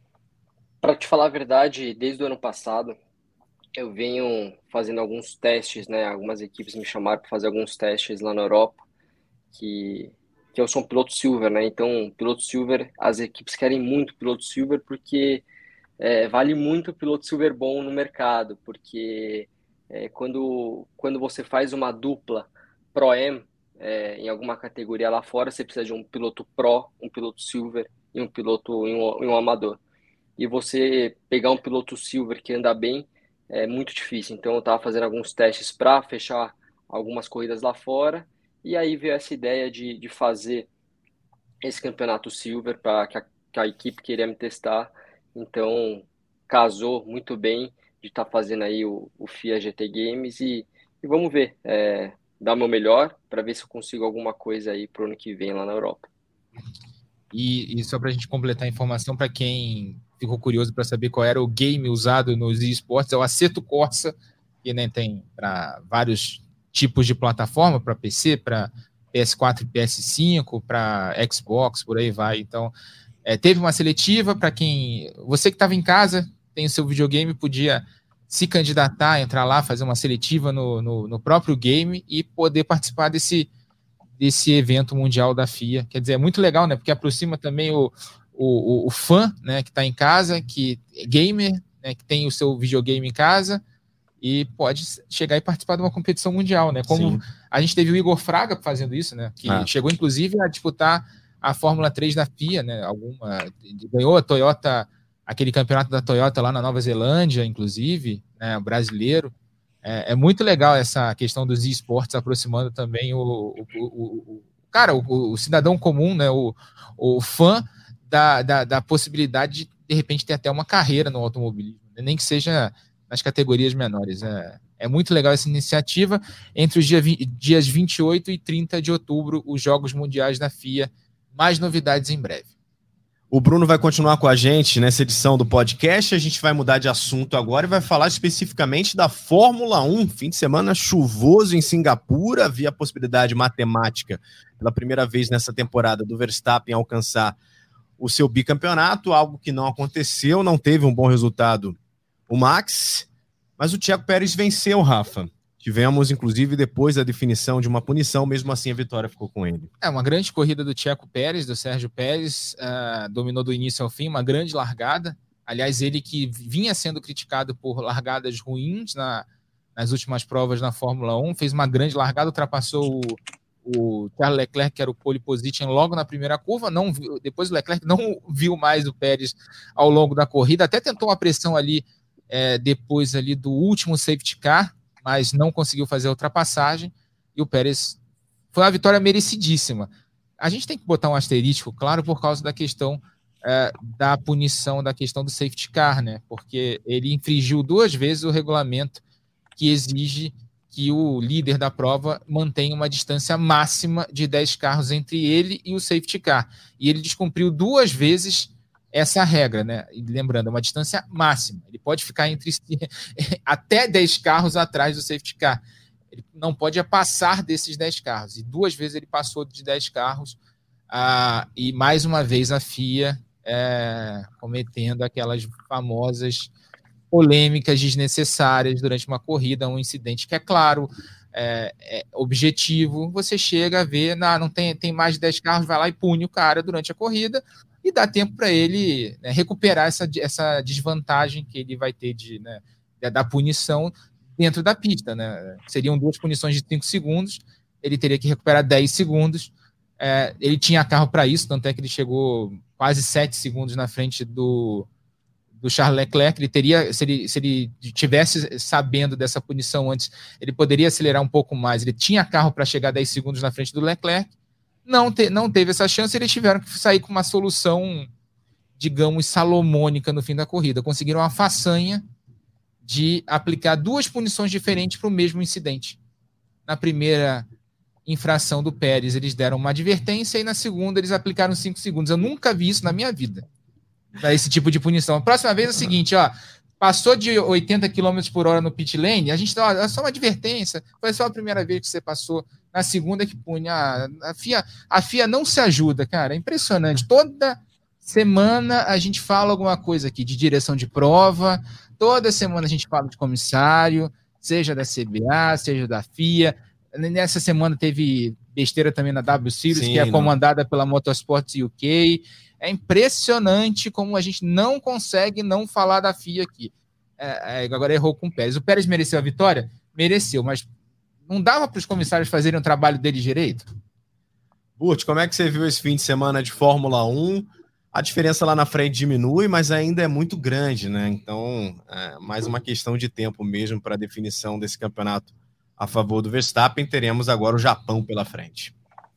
Para te falar a verdade, desde o ano passado, eu venho fazendo alguns testes, né? Algumas equipes me chamaram para fazer alguns testes lá na Europa, que, que eu sou um piloto silver, né? Então, piloto silver, as equipes querem muito piloto silver porque é, vale muito o piloto silver bom no mercado, porque é, quando, quando você faz uma dupla Pro-Am é, em alguma categoria lá fora, você precisa de um piloto Pro, um piloto silver e um piloto e um, e um amador. E você pegar um piloto silver que anda bem é muito difícil. Então eu estava fazendo alguns testes para fechar algumas corridas lá fora, e aí veio essa ideia de, de fazer esse campeonato silver para que, que a equipe queria me testar. Então casou muito bem de estar tá fazendo aí o, o F I A G T Games, e, e vamos ver, é, dar o meu melhor para ver se eu consigo alguma coisa aí para o ano que vem lá na Europa. E, e só para a gente completar a informação, para quem ficou curioso para saber qual era o game usado nos eSports, é o Assetto Corsa, que né, tem para vários tipos de plataforma, para P C, para P S quatro e P S cinco, para Xbox, por aí vai. Então, é, teve uma seletiva para quem... Você que estava em casa, tem o seu videogame, podia se candidatar, entrar lá, fazer uma seletiva no, no, no próprio game e poder participar desse, desse evento mundial da F I A. Quer dizer, é muito legal, né? Porque aproxima também o O, o, o fã, né, que está em casa, que é gamer, né, que tem o seu videogame em casa e pode chegar e participar de uma competição mundial, né? Como Sim. a gente teve o Igor Fraga fazendo isso, né? Que ah. chegou, inclusive, a disputar a Fórmula três da F I A, né? Alguma, ganhou a Toyota, aquele campeonato da Toyota lá na Nova Zelândia, inclusive, né, brasileiro. É, é muito legal essa questão dos eSports aproximando também o, o, o, o cara, o, o cidadão comum, né? O, o fã Da, da, da possibilidade de, de repente, ter até uma carreira no automobilismo, né? Nem que seja nas categorias menores. É, é muito legal essa iniciativa. Entre os dia, dias vinte e oito e trinta de outubro, os Jogos Mundiais da F I A. Mais novidades em breve. O Bruno vai continuar com a gente nessa edição do podcast. A gente vai mudar de assunto agora e vai falar especificamente da Fórmula um. Fim de semana chuvoso em Singapura. Havia a possibilidade matemática, pela primeira vez nessa temporada, do Verstappen alcançar o seu bicampeonato, algo que não aconteceu, não teve um bom resultado o Max, mas o Checo Pérez venceu, Rafa. Tivemos, inclusive, depois da definição de uma punição, mesmo assim a vitória ficou com ele. É, uma grande corrida do Checo Pérez, do Sérgio Pérez, uh, dominou do início ao fim, uma grande largada. Aliás, ele que vinha sendo criticado por largadas ruins na, nas últimas provas na Fórmula um, fez uma grande largada, ultrapassou o o Charles Leclerc, que era o pole position, logo na primeira curva, não viu, depois o Leclerc não viu mais o Pérez ao longo da corrida, até tentou uma pressão ali, é, depois ali do último safety car, mas não conseguiu fazer a ultrapassagem, e o Pérez foi uma vitória merecidíssima. A gente tem que botar um asterístico, claro, por causa da questão é, da punição, da questão do safety car, né? Porque ele infringiu duas vezes o regulamento que exige que o líder da prova mantenha uma distância máxima de dez carros entre ele e o safety car. E ele descumpriu duas vezes essa regra, né? E lembrando, é uma distância máxima. Ele pode ficar entre até dez carros atrás do safety car. Ele não pode passar desses dez carros. E duas vezes ele passou de dez carros. Ah, e mais uma vez a F I A é, cometendo aquelas famosas polêmicas desnecessárias durante uma corrida, um incidente que é claro, é, é objetivo, você chega a ver, não, não tem, tem mais de dez carros, vai lá e pune o cara durante a corrida e dá tempo para ele, né, recuperar essa, essa desvantagem que ele vai ter de, né, da punição dentro da pista, né? Seriam duas punições de cinco segundos, ele teria que recuperar dez segundos, é, ele tinha carro para isso, tanto é que ele chegou quase sete segundos na frente do do Charles Leclerc. Ele teria, se ele, se ele tivesse sabendo dessa punição antes, ele poderia acelerar um pouco mais. Ele tinha carro para chegar dez segundos na frente do Leclerc. Não, te, não teve essa chance, eles tiveram que sair com uma solução, digamos, salomônica no fim da corrida. Conseguiram a façanha de aplicar duas punições diferentes para o mesmo incidente. Na primeira infração do Pérez, eles deram uma advertência, e na segunda eles aplicaram cinco segundos. Eu nunca vi isso na minha vida, esse tipo de punição. A próxima vez é o seguinte, ó, passou de oitenta quilômetros por hora no pit lane, a gente dá, é só uma advertência, foi só a primeira vez que você passou, na segunda que punha. A, a, FIA, a FIA não se ajuda, cara, é impressionante. Toda semana a gente fala alguma coisa aqui de direção de prova, toda semana a gente fala de comissário, seja da C B A, seja da FIA. Nessa semana teve besteira também na W Series, Sim, que é não. comandada pela Motorsports U K. É impressionante como a gente não consegue não falar da FIA aqui. É, é, agora errou com o Pérez. O Pérez mereceu a vitória? Mereceu, mas não dava para os comissários fazerem o trabalho deles direito? Burt, como é que você viu esse fim de semana de Fórmula um? A diferença lá na frente diminui, mas ainda é muito grande, né? Então, é mais uma questão de tempo mesmo para a definição desse campeonato a favor do Verstappen. Teremos agora o Japão pela frente.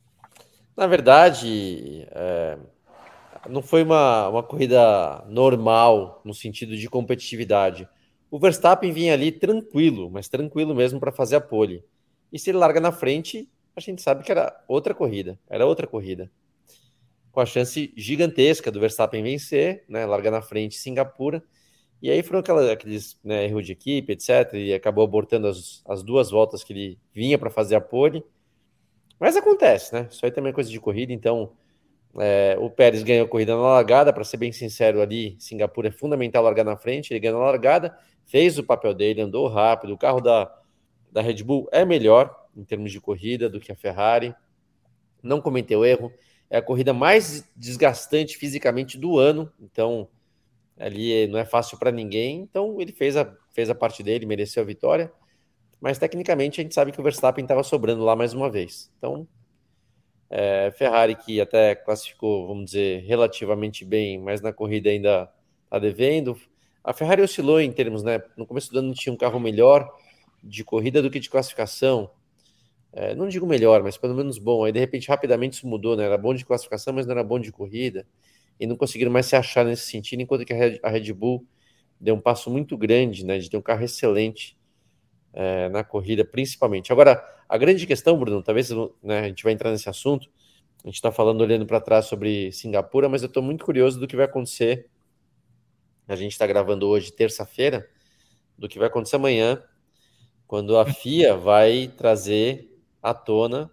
Na verdade, é, não foi uma, uma corrida normal no sentido de competitividade. O Verstappen vinha ali tranquilo, mas tranquilo mesmo para fazer a pole. E se ele larga na frente, a gente sabe que era outra corrida, era outra corrida. Com a chance gigantesca do Verstappen vencer, né, larga na frente Singapura. E aí foram aquelas, aqueles né, erros de equipe, etcétera. E acabou abortando as, as duas voltas que ele vinha para fazer a pole. Mas acontece, né? Isso aí também é coisa de corrida. Então, é, o Pérez ganhou a corrida na largada. Para ser bem sincero ali, Singapura é fundamental largar na frente. Ele ganhou na largada, fez o papel dele, andou rápido. O carro da, da Red Bull é melhor em termos de corrida do que a Ferrari. Não cometeu erro. É a corrida mais desgastante fisicamente do ano. Então, ali não é fácil para ninguém. Então, ele fez a, fez a parte dele, mereceu a vitória. Mas, tecnicamente, a gente sabe que o Verstappen estava sobrando lá mais uma vez. Então, é, Ferrari, que até classificou, vamos dizer, relativamente bem, mas na corrida ainda está devendo. A Ferrari oscilou em termos, né? No começo do ano tinha um carro melhor de corrida do que de classificação. É, não digo melhor, mas pelo menos bom. Aí, de repente, rapidamente isso mudou, né? Era bom de classificação, mas não era bom de corrida. E não conseguiram mais se achar nesse sentido, enquanto que a Red Bull deu um passo muito grande, né? De ter um carro excelente é, na corrida, principalmente. Agora, a grande questão, Bruno, talvez né, a gente vai entrar nesse assunto. A gente está falando, olhando para trás sobre Singapura, mas eu estou muito curioso do que vai acontecer. A gente está gravando hoje, terça-feira, do que vai acontecer amanhã, quando a FIA vai trazer à tona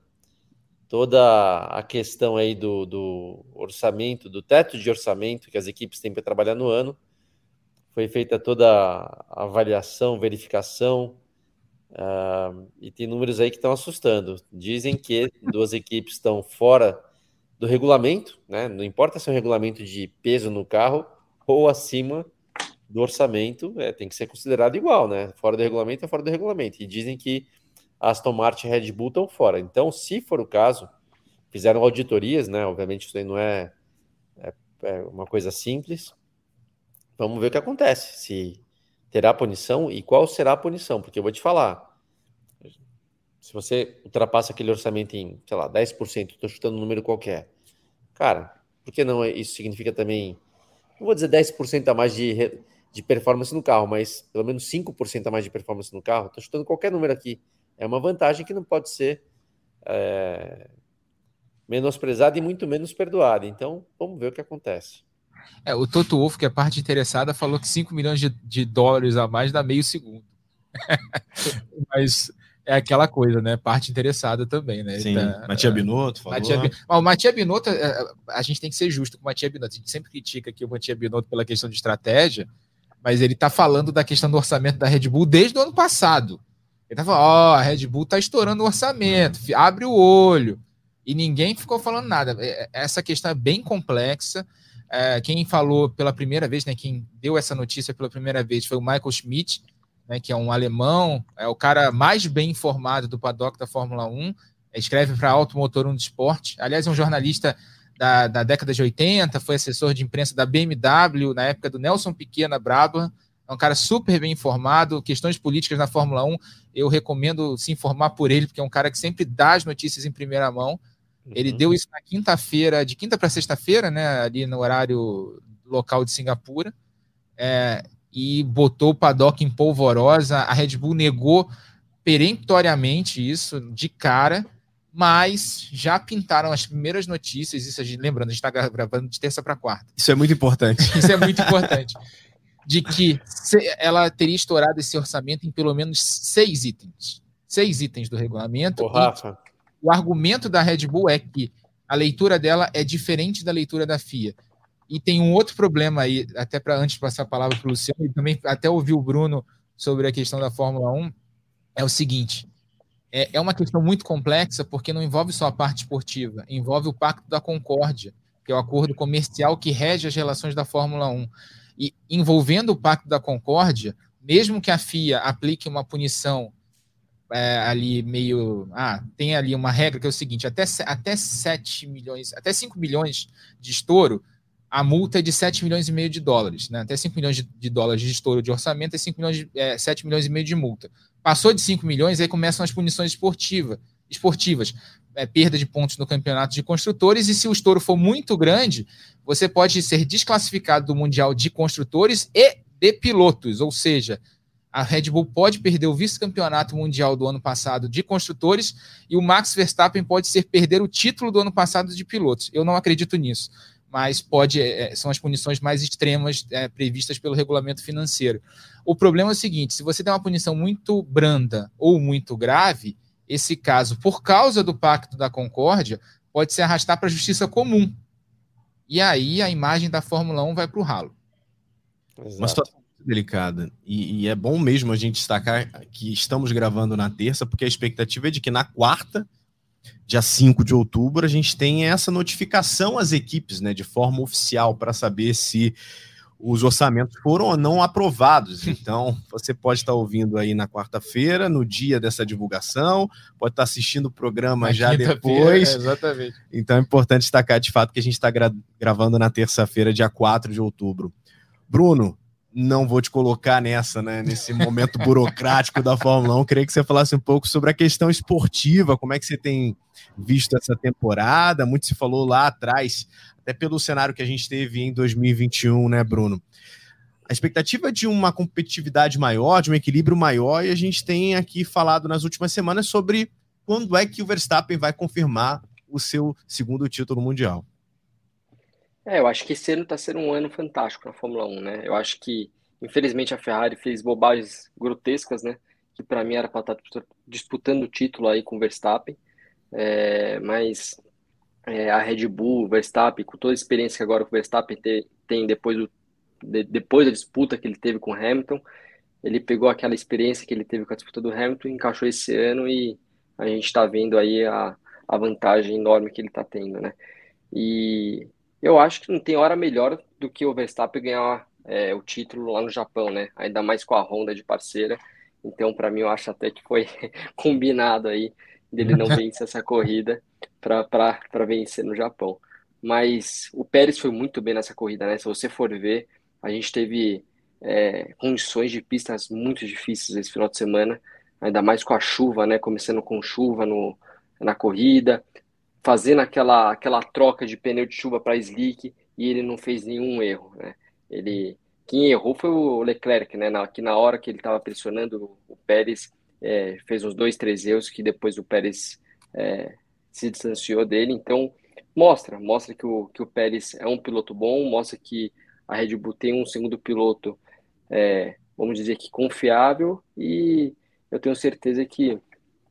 toda a questão aí do, do orçamento, do teto de orçamento que as equipes têm para trabalhar no ano. Foi feita toda a avaliação, verificação, uh, e tem números aí que estão assustando. Dizem que duas equipes estão fora do regulamento, né? Não importa se é um regulamento de peso no carro ou acima do orçamento, é, tem que ser considerado igual, né? Fora do regulamento é fora do regulamento. E dizem que Aston Martin e Red Bull estão fora. Então, se for o caso, fizeram auditorias, né? Obviamente isso aí não é, é, é uma coisa simples. Vamos ver o que acontece, se terá punição e qual será a punição, porque eu vou te falar, se você ultrapassa aquele orçamento em, sei lá, dez por cento, estou chutando um número qualquer, cara, por que não isso significa também, não vou dizer dez por cento a mais de, de performance no carro, mas pelo menos cinco por cento a mais de performance no carro, estou chutando qualquer número aqui. É uma vantagem que não pode ser é, menosprezada e muito menos perdoada. Então, vamos ver o que acontece. É, o Toto Wolff, que é parte interessada, falou que cinco milhões de, de dólares a mais dá meio segundo. Mas é aquela coisa, né? Parte interessada também, né? Sim, tá, Mattia Binotto falou. Mattia, o Mattia Binotto, a gente tem que ser justo com o Mattia Binotto. A gente sempre critica aqui o Mattia Binotto pela questão de estratégia, mas ele está falando da questão do orçamento da Red Bull desde o ano passado. Ele tá falando, ó, oh, a Red Bull tá estourando o orçamento, abre o olho. E ninguém ficou falando nada. Essa questão é bem complexa. É, quem falou pela primeira vez, né, quem deu essa notícia pela primeira vez foi o Michael Schmidt, né, que é um alemão, é o cara mais bem informado do paddock da Fórmula um, escreve para Automotor um do Esporte. Aliás, é um jornalista da, da década de oitenta, foi assessor de imprensa da B M W, na época do Nelson Piquet na Brabham, é um cara super bem informado, questões políticas na Fórmula um, eu recomendo se informar por ele, porque é um cara que sempre dá as notícias em primeira mão. Ele uhum. deu isso na quinta-feira, de quinta para sexta-feira, né, ali no horário local de Singapura, é, e botou o paddock em polvorosa. A Red Bull negou peremptoriamente isso, de cara, mas já pintaram as primeiras notícias, isso a gente, lembrando, a gente está gravando de terça para quarta. Isso é muito importante. Isso é muito importante. De que ela teria estourado esse orçamento em pelo menos seis itens. Seis itens do regulamento. Ô, Rafa. O argumento da Red Bull é que a leitura dela é diferente da leitura da F I A. E tem um outro problema aí, até para antes de passar a palavra para o Luciano, e também até ouvir o Bruno sobre a questão da Fórmula um, é o seguinte, é, é uma questão muito complexa, porque não envolve só a parte esportiva, envolve o Pacto da Concórdia, que é o acordo comercial que rege as relações da Fórmula um. E envolvendo o Pacto da Concórdia, mesmo que a F I A aplique uma punição é, ali meio... Ah, tem ali uma regra que é o seguinte, até, até sete milhões, até cinco milhões de estouro, a multa é de sete milhões e meio de dólares, né? Até cinco milhões de, de dólares de estouro de orçamento é, cinco milhões de, é sete milhões e meio de multa. Passou de cinco milhões, aí começam as punições esportiva, esportivas, é, perda de pontos no campeonato de construtores, e se o estouro for muito grande, você pode ser desclassificado do Mundial de Construtores e de Pilotos, ou seja, a Red Bull pode perder o vice-campeonato mundial do ano passado de construtores e o Max Verstappen pode ser perder o título do ano passado de pilotos. Eu não acredito nisso, mas pode, é, são as punições mais extremas é, previstas pelo regulamento financeiro. O problema é o seguinte, se você tem uma punição muito branda ou muito grave, esse caso, por causa do Pacto da Concórdia, pode se arrastar para a justiça comum. E aí a imagem da Fórmula um vai para o ralo. Exato. Uma situação muito delicada. E, e é bom mesmo a gente destacar que estamos gravando na terça, porque a expectativa é de que na quarta, dia cinco de outubro, a gente tenha essa notificação às equipes, né, de forma oficial, para saber se os orçamentos foram ou não aprovados. Então, você pode estar ouvindo aí na quarta-feira, no dia dessa divulgação, pode estar assistindo o programa na já depois. É, exatamente. Então, é importante destacar de fato que a gente está gra- gravando na terça-feira, dia quatro de outubro. Bruno, não vou te colocar nessa, né, nesse momento burocrático da Fórmula um. Queria que você falasse um pouco sobre a questão esportiva, como é que você tem visto essa temporada. Muito se falou lá atrás, até pelo cenário que a gente teve em dois mil e vinte e um, né, Bruno? A expectativa de uma competitividade maior, de um equilíbrio maior, e a gente tem aqui falado nas últimas semanas sobre quando é que o Verstappen vai confirmar o seu segundo título mundial. É, eu acho que esse ano está sendo um ano fantástico na Fórmula um, né? Eu acho que, infelizmente, a Ferrari fez bobagens grotescas, né? Que para mim era para estar disputando o título aí com o Verstappen. É, mas é, a Red Bull, o Verstappen, com toda a experiência que agora o Verstappen te, tem depois, do, de, depois da disputa que ele teve com o Hamilton, ele pegou aquela experiência que ele teve com a disputa do Hamilton, encaixou esse ano e a gente está vendo aí a, a vantagem enorme que ele está tendo, né? E eu acho que não tem hora melhor do que o Verstappen ganhar é, o título lá no Japão, né? Ainda mais com a Honda de parceira. Então, para mim, eu acho até que foi combinado aí dele não vencer essa corrida para vencer no Japão. Mas o Pérez foi muito bem nessa corrida, né? Se você for ver, a gente teve é, condições de pistas muito difíceis esse final de semana, ainda mais com a chuva, né? Começando com chuva no, na corrida, fazendo aquela, aquela troca de pneu de chuva para slick, e ele não fez nenhum erro, né? Ele, quem errou foi o Leclerc, né? Na, que na hora que ele estava pressionando o Pérez, é, fez uns dois, três erros que depois o Pérez é, se distanciou dele. Então, mostra, mostra que o, que o Pérez é um piloto bom, mostra que a Red Bull tem um segundo piloto, é, vamos dizer que confiável, e eu tenho certeza que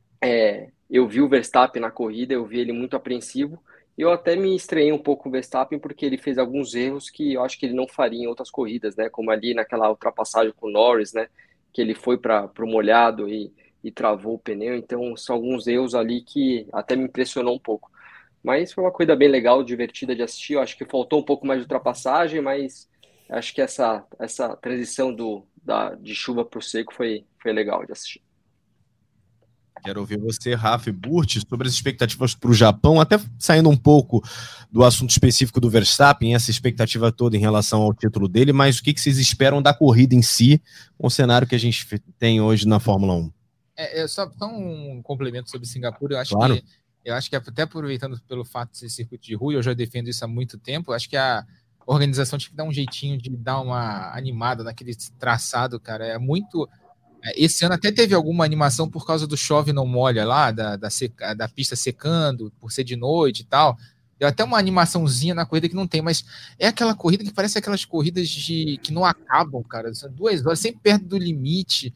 é, eu vi o Verstappen na corrida, eu vi ele muito apreensivo, e eu até me estranhei um pouco com o Verstappen, porque ele fez alguns erros que eu acho que ele não faria em outras corridas, né? Como ali naquela ultrapassagem com o Norris, né? Que ele foi para o molhado e, e travou o pneu. Então, são alguns erros ali que até me impressionou um pouco. Mas foi uma corrida bem legal, divertida de assistir. Eu acho que faltou um pouco mais de ultrapassagem, mas acho que essa, essa transição do, da, de chuva para o seco foi, foi legal de assistir. Quero ouvir você, Rafa e Burt, sobre as expectativas para o Japão, até saindo um pouco do assunto específico do Verstappen, essa expectativa toda em relação ao título dele, mas o que, que vocês esperam da corrida em si, com o cenário que a gente tem hoje na Fórmula um? É, é só, só um complemento sobre Singapura, eu acho Claro. que eu acho que até aproveitando pelo fato de ser circuito de rua, eu já defendo isso há muito tempo, eu acho que a organização tinha que dar um jeitinho de dar uma animada naquele traçado, cara, é muito... Esse ano até teve alguma animação por causa do chove não molha lá, da, da, seca, da pista secando, por ser de noite e tal. Deu até uma animaçãozinha na corrida que não tem, mas é aquela corrida que parece aquelas corridas de, que não acabam, cara. São duas horas, sempre perto do limite.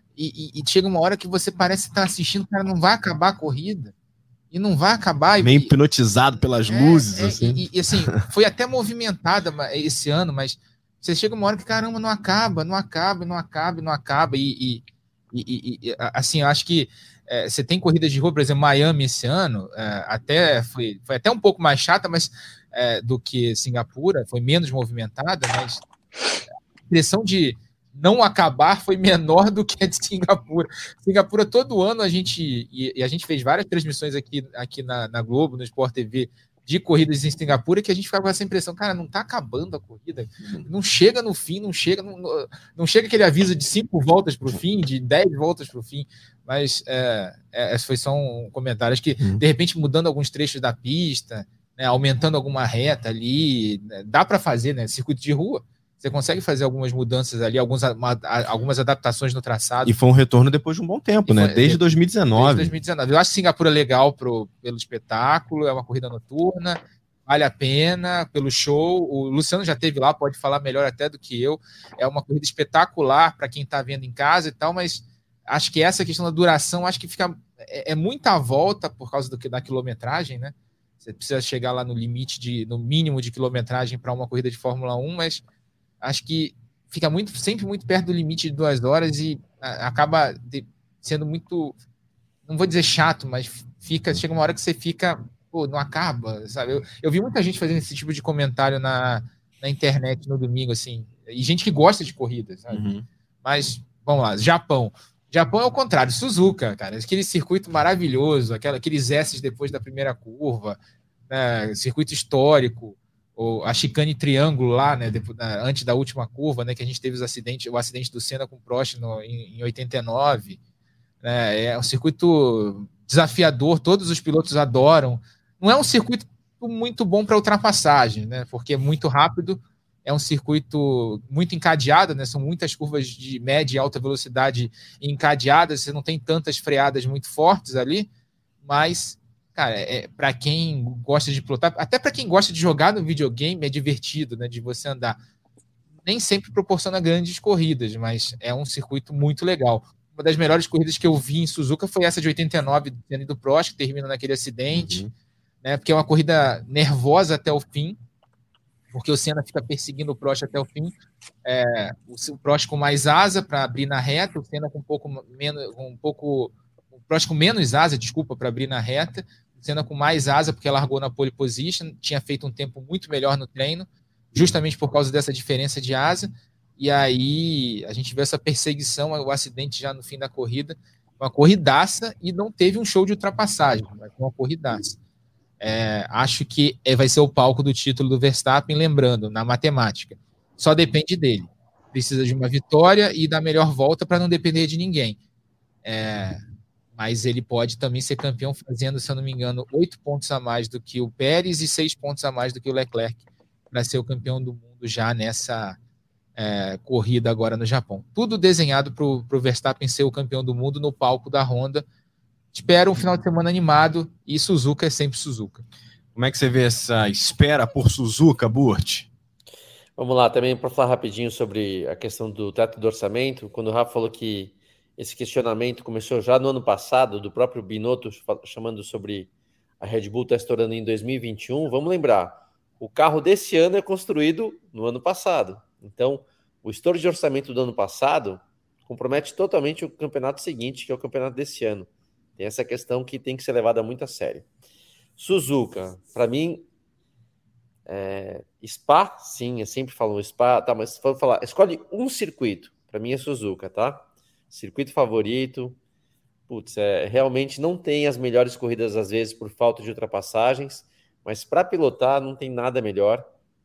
E, e, e chega uma hora que você parece estar assistindo, cara, não vai acabar a corrida. E não vai acabar. Meio e, hipnotizado pelas é, luzes. É, assim. E, e assim, foi até movimentada esse ano, mas você chega uma hora que, caramba, não acaba, não acaba, não acaba, não acaba. E, e, e, e assim, eu acho que é, você tem corridas de rua, por exemplo, Miami esse ano, é, até foi, foi até um pouco mais chata mas, é, do que Singapura, foi menos movimentada, mas a impressão de não acabar foi menor do que a de Singapura. Singapura, todo ano, a gente, e, e a gente fez várias transmissões aqui, aqui na, na Globo, no Sport T V, de corridas em Singapura, que a gente ficava com essa impressão, cara, não tá acabando a corrida, não chega no fim, não chega, não, não chega aquele aviso de cinco voltas para o fim, de dez voltas para o fim, mas é, é, foi só um comentário, acho que, de repente, mudando alguns trechos da pista, né, aumentando alguma reta ali, né, dá para fazer, né, circuito de rua, você consegue fazer algumas mudanças ali, alguns, uma, algumas adaptações no traçado. E foi um retorno depois de um bom tempo, né? Foi, desde dois mil e dezenove. Desde dois mil e dezenove. Eu acho Singapura legal pro, pelo espetáculo, é uma corrida noturna, vale a pena, pelo show. O Luciano já esteve lá, pode falar melhor até do que eu. É uma corrida espetacular para quem está vendo em casa e tal, mas acho que essa questão da duração, acho que fica é, é muita volta por causa do, da quilometragem, né? Você precisa chegar lá no limite, de, no mínimo de quilometragem para uma corrida de Fórmula um, mas acho que fica muito, sempre muito perto do limite de duas horas e a, acaba de, sendo muito, não vou dizer chato, mas fica, chega uma hora que você fica, pô, não acaba, sabe? Eu, eu vi muita gente fazendo esse tipo de comentário na, na internet no domingo, assim, e gente que gosta de corrida, sabe? Uhum. Mas, vamos lá, Japão. Japão é o contrário, Suzuka, cara, aquele circuito maravilhoso, aquela, aqueles S's depois da primeira curva, né, circuito histórico, a chicane triângulo lá, né, depois, antes da última curva, né, que a gente teve os acidentes, o acidente do Senna com o Prost no, em, em oitenta e nove, né, é um circuito desafiador, todos os pilotos adoram, não é um circuito muito bom para ultrapassagem, né, porque é muito rápido, é um circuito muito encadeado, né, são muitas curvas de média e alta velocidade encadeadas, você não tem tantas freadas muito fortes ali, mas cara, é, para quem gosta de pilotar, até para quem gosta de jogar no videogame, é divertido, né, de você andar. Nem sempre proporciona grandes corridas, mas é um circuito muito legal. Uma das melhores corridas que eu vi em Suzuka foi essa de oitenta e nove do Senna e do Prost, que termina naquele acidente, uhum. né, porque é uma corrida nervosa até o fim, porque o Senna fica perseguindo o Prost até o fim, é, o Prost com mais asa para abrir na reta, o Senna com um pouco menos, um pouco, o Prost com menos asa, desculpa, para abrir na reta, Senna com mais asa, porque largou na pole position, tinha feito um tempo muito melhor no treino, justamente por causa dessa diferença de asa, e aí a gente vê essa perseguição, o acidente já no fim da corrida, uma corridaça, e não teve um show de ultrapassagem, mas uma corridaça. É, acho que vai ser o palco do título do Verstappen, lembrando, na matemática, só depende dele, precisa de uma vitória e da melhor volta para não depender de ninguém. É... mas ele pode também ser campeão fazendo, se eu não me engano, oito pontos a mais do que o Pérez e seis pontos a mais do que o Leclerc para ser o campeão do mundo já nessa é, corrida agora no Japão. Tudo desenhado para o Verstappen ser o campeão do mundo no palco da Honda. Espero um final de semana animado e Suzuka é sempre Suzuka. Como é que você vê essa espera por Suzuka, Burt? Vamos lá, também para falar rapidinho sobre a questão do teto do orçamento, quando o Rafa falou que esse questionamento começou já no ano passado, do próprio Binotto chamando sobre a Red Bull está estourando em dois mil e vinte e um. Vamos lembrar, o carro desse ano é construído no ano passado. Então, o estouro de orçamento do ano passado compromete totalmente o campeonato seguinte, que é o campeonato desse ano. Tem essa questão que tem que ser levada muito a sério. Suzuka, para mim, é, Spa, sim, eu sempre falo Spa, tá, mas se for falar, escolhe um circuito, para mim é Suzuka, tá? Circuito favorito, putz, é, realmente não tem as melhores corridas às vezes por falta de ultrapassagens, mas para pilotar não tem nada melhor.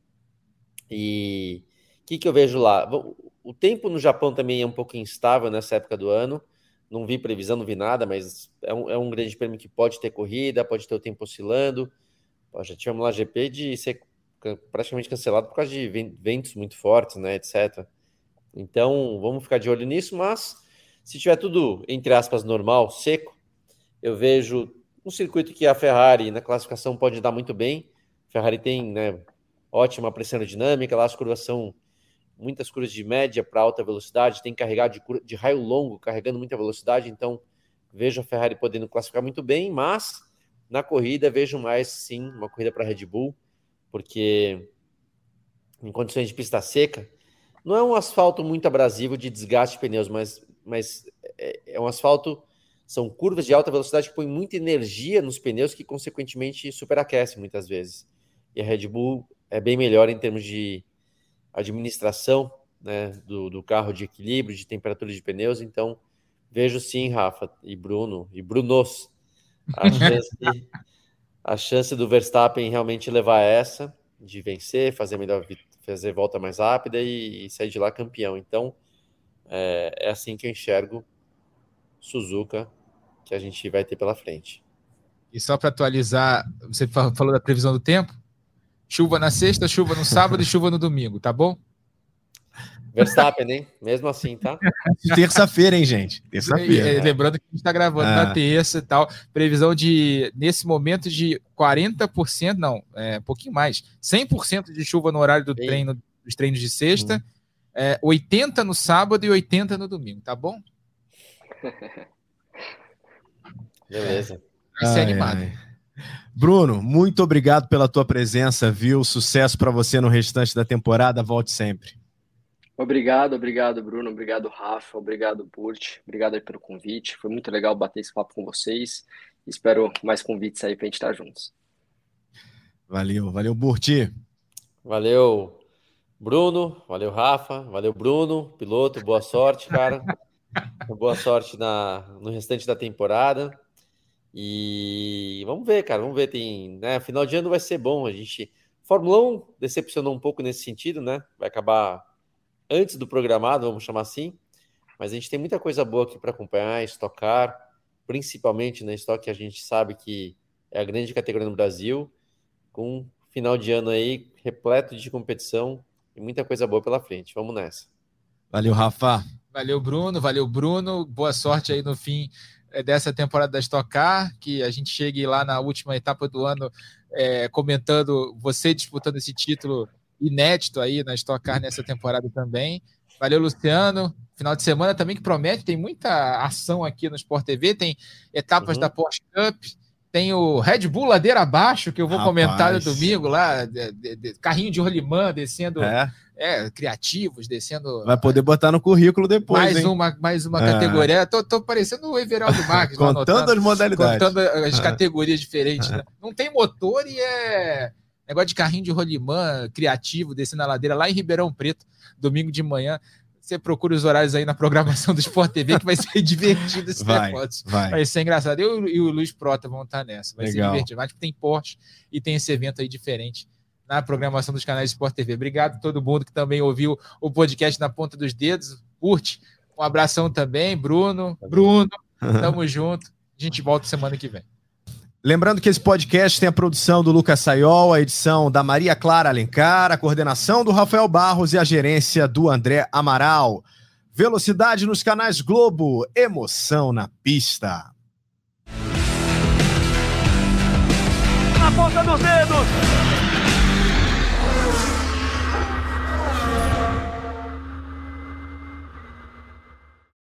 E o que, que eu vejo lá? O tempo no Japão também é um pouco instável nessa época do ano. Não vi previsão, não vi nada, mas é um, é um grande prêmio que pode ter corrida, pode ter o tempo oscilando. Pô, já tivemos lá G P de ser praticamente cancelado por causa de ventos muito fortes, né, etcétera. Então, vamos ficar de olho nisso, mas se tiver tudo, entre aspas, normal, seco, eu vejo um circuito que a Ferrari na classificação pode dar muito bem. A Ferrari tem, né, ótima pressão aerodinâmica, lá as curvas são muitas curvas de média para alta velocidade, tem que carregar de, de raio longo, carregando muita velocidade, então vejo a Ferrari podendo classificar muito bem, mas na corrida vejo mais, sim, uma corrida para a Red Bull, porque em condições de pista seca, não é um asfalto muito abrasivo de desgaste de pneus, mas, mas é, é um asfalto, são curvas de alta velocidade que põem muita energia nos pneus que, consequentemente, superaquecem muitas vezes. E a Red Bull é bem melhor em termos de administração, né, do, do carro, de equilíbrio, de temperatura de pneus. Então, vejo sim, Rafa e Bruno, e Brunos, a chance, a chance do Verstappen realmente levar essa, de vencer, fazer melhor, fazer volta mais rápida e, e sair de lá campeão. Então, é, é assim que eu enxergo Suzuka, que a gente vai ter pela frente. E só para atualizar, você falou da previsão do tempo? Chuva na sexta, chuva no sábado e chuva no domingo, tá bom? Verstappen, hein? Mesmo assim, tá? Terça-feira, hein, gente? Terça-feira. É, lembrando que a gente está gravando ah. na terça e tal. Previsão de, nesse momento, de quarenta por cento, não, é, um pouquinho mais, cem por cento de chuva no horário do treino, dos treinos de sexta, hum. é, oitenta por cento no sábado e oitenta por cento no domingo, tá bom? Beleza. Vai ser animado. Ai. Bruno, muito obrigado pela tua presença, viu? Sucesso para você no restante da temporada. Volte sempre. Obrigado, obrigado, Bruno. Obrigado, Rafa. Obrigado, Burt. Obrigado aí pelo convite. Foi muito legal bater esse papo com vocês. Espero mais convites aí pra gente estar juntos. Valeu, valeu, Burti. Valeu, Bruno. Valeu, Rafa. Valeu, Bruno, piloto. Boa sorte, cara. Boa sorte na, no restante da temporada. E vamos ver, cara, vamos ver, tem, né, final de ano vai ser bom, a gente, Fórmula um decepcionou um pouco nesse sentido, né, vai acabar antes do programado, vamos chamar assim, mas a gente tem muita coisa boa aqui para acompanhar, estocar, principalmente na Stock, que a gente sabe que é a grande categoria no Brasil, com final de ano aí repleto de competição e muita coisa boa pela frente, vamos nessa. Valeu, Rafa. Valeu, Bruno, valeu, Bruno, boa sorte aí no fim dessa temporada da Stock Car, que a gente chegue lá na última etapa do ano é, comentando você disputando esse título inédito aí na Stock Car nessa temporada também. Valeu, Luciano. Final de semana também que promete, tem muita ação aqui no Sport T V, tem etapas uhum. da Porsche Cup, tem o Red Bull Ladeira Abaixo, que eu vou Rapaz. comentar no domingo lá, de, de, de, carrinho de rolimã descendo, é. É, criativos, descendo... Vai poder botar no currículo depois, mais hein? uma Mais uma é. categoria. Tô, tô parecendo o Everaldo Marques. Contando as modalidades. Contando as categorias diferentes. Né? Não tem motor e é negócio de carrinho de rolimã criativo, descendo a ladeira lá em Ribeirão Preto, domingo de manhã. Você procura os horários aí na programação do Sport T V, que vai ser divertido esse vai, negócio. Vai. vai ser engraçado. Eu e o Luiz Prota vão estar nessa. Vai Legal. ser divertido. Mas tem Porsche e tem esse evento aí diferente na programação dos canais do Sport T V. Obrigado a todo mundo que também ouviu o podcast na ponta dos dedos. Curte. Um abração também, Bruno. Bruno, tamo junto. A gente volta semana que vem. Lembrando que esse podcast tem a produção do Lucas Sayol, a edição da Maria Clara Alencar, a coordenação do Rafael Barros e a gerência do André Amaral. Velocidade nos canais Globo, emoção na pista. Na ponta dos dedos!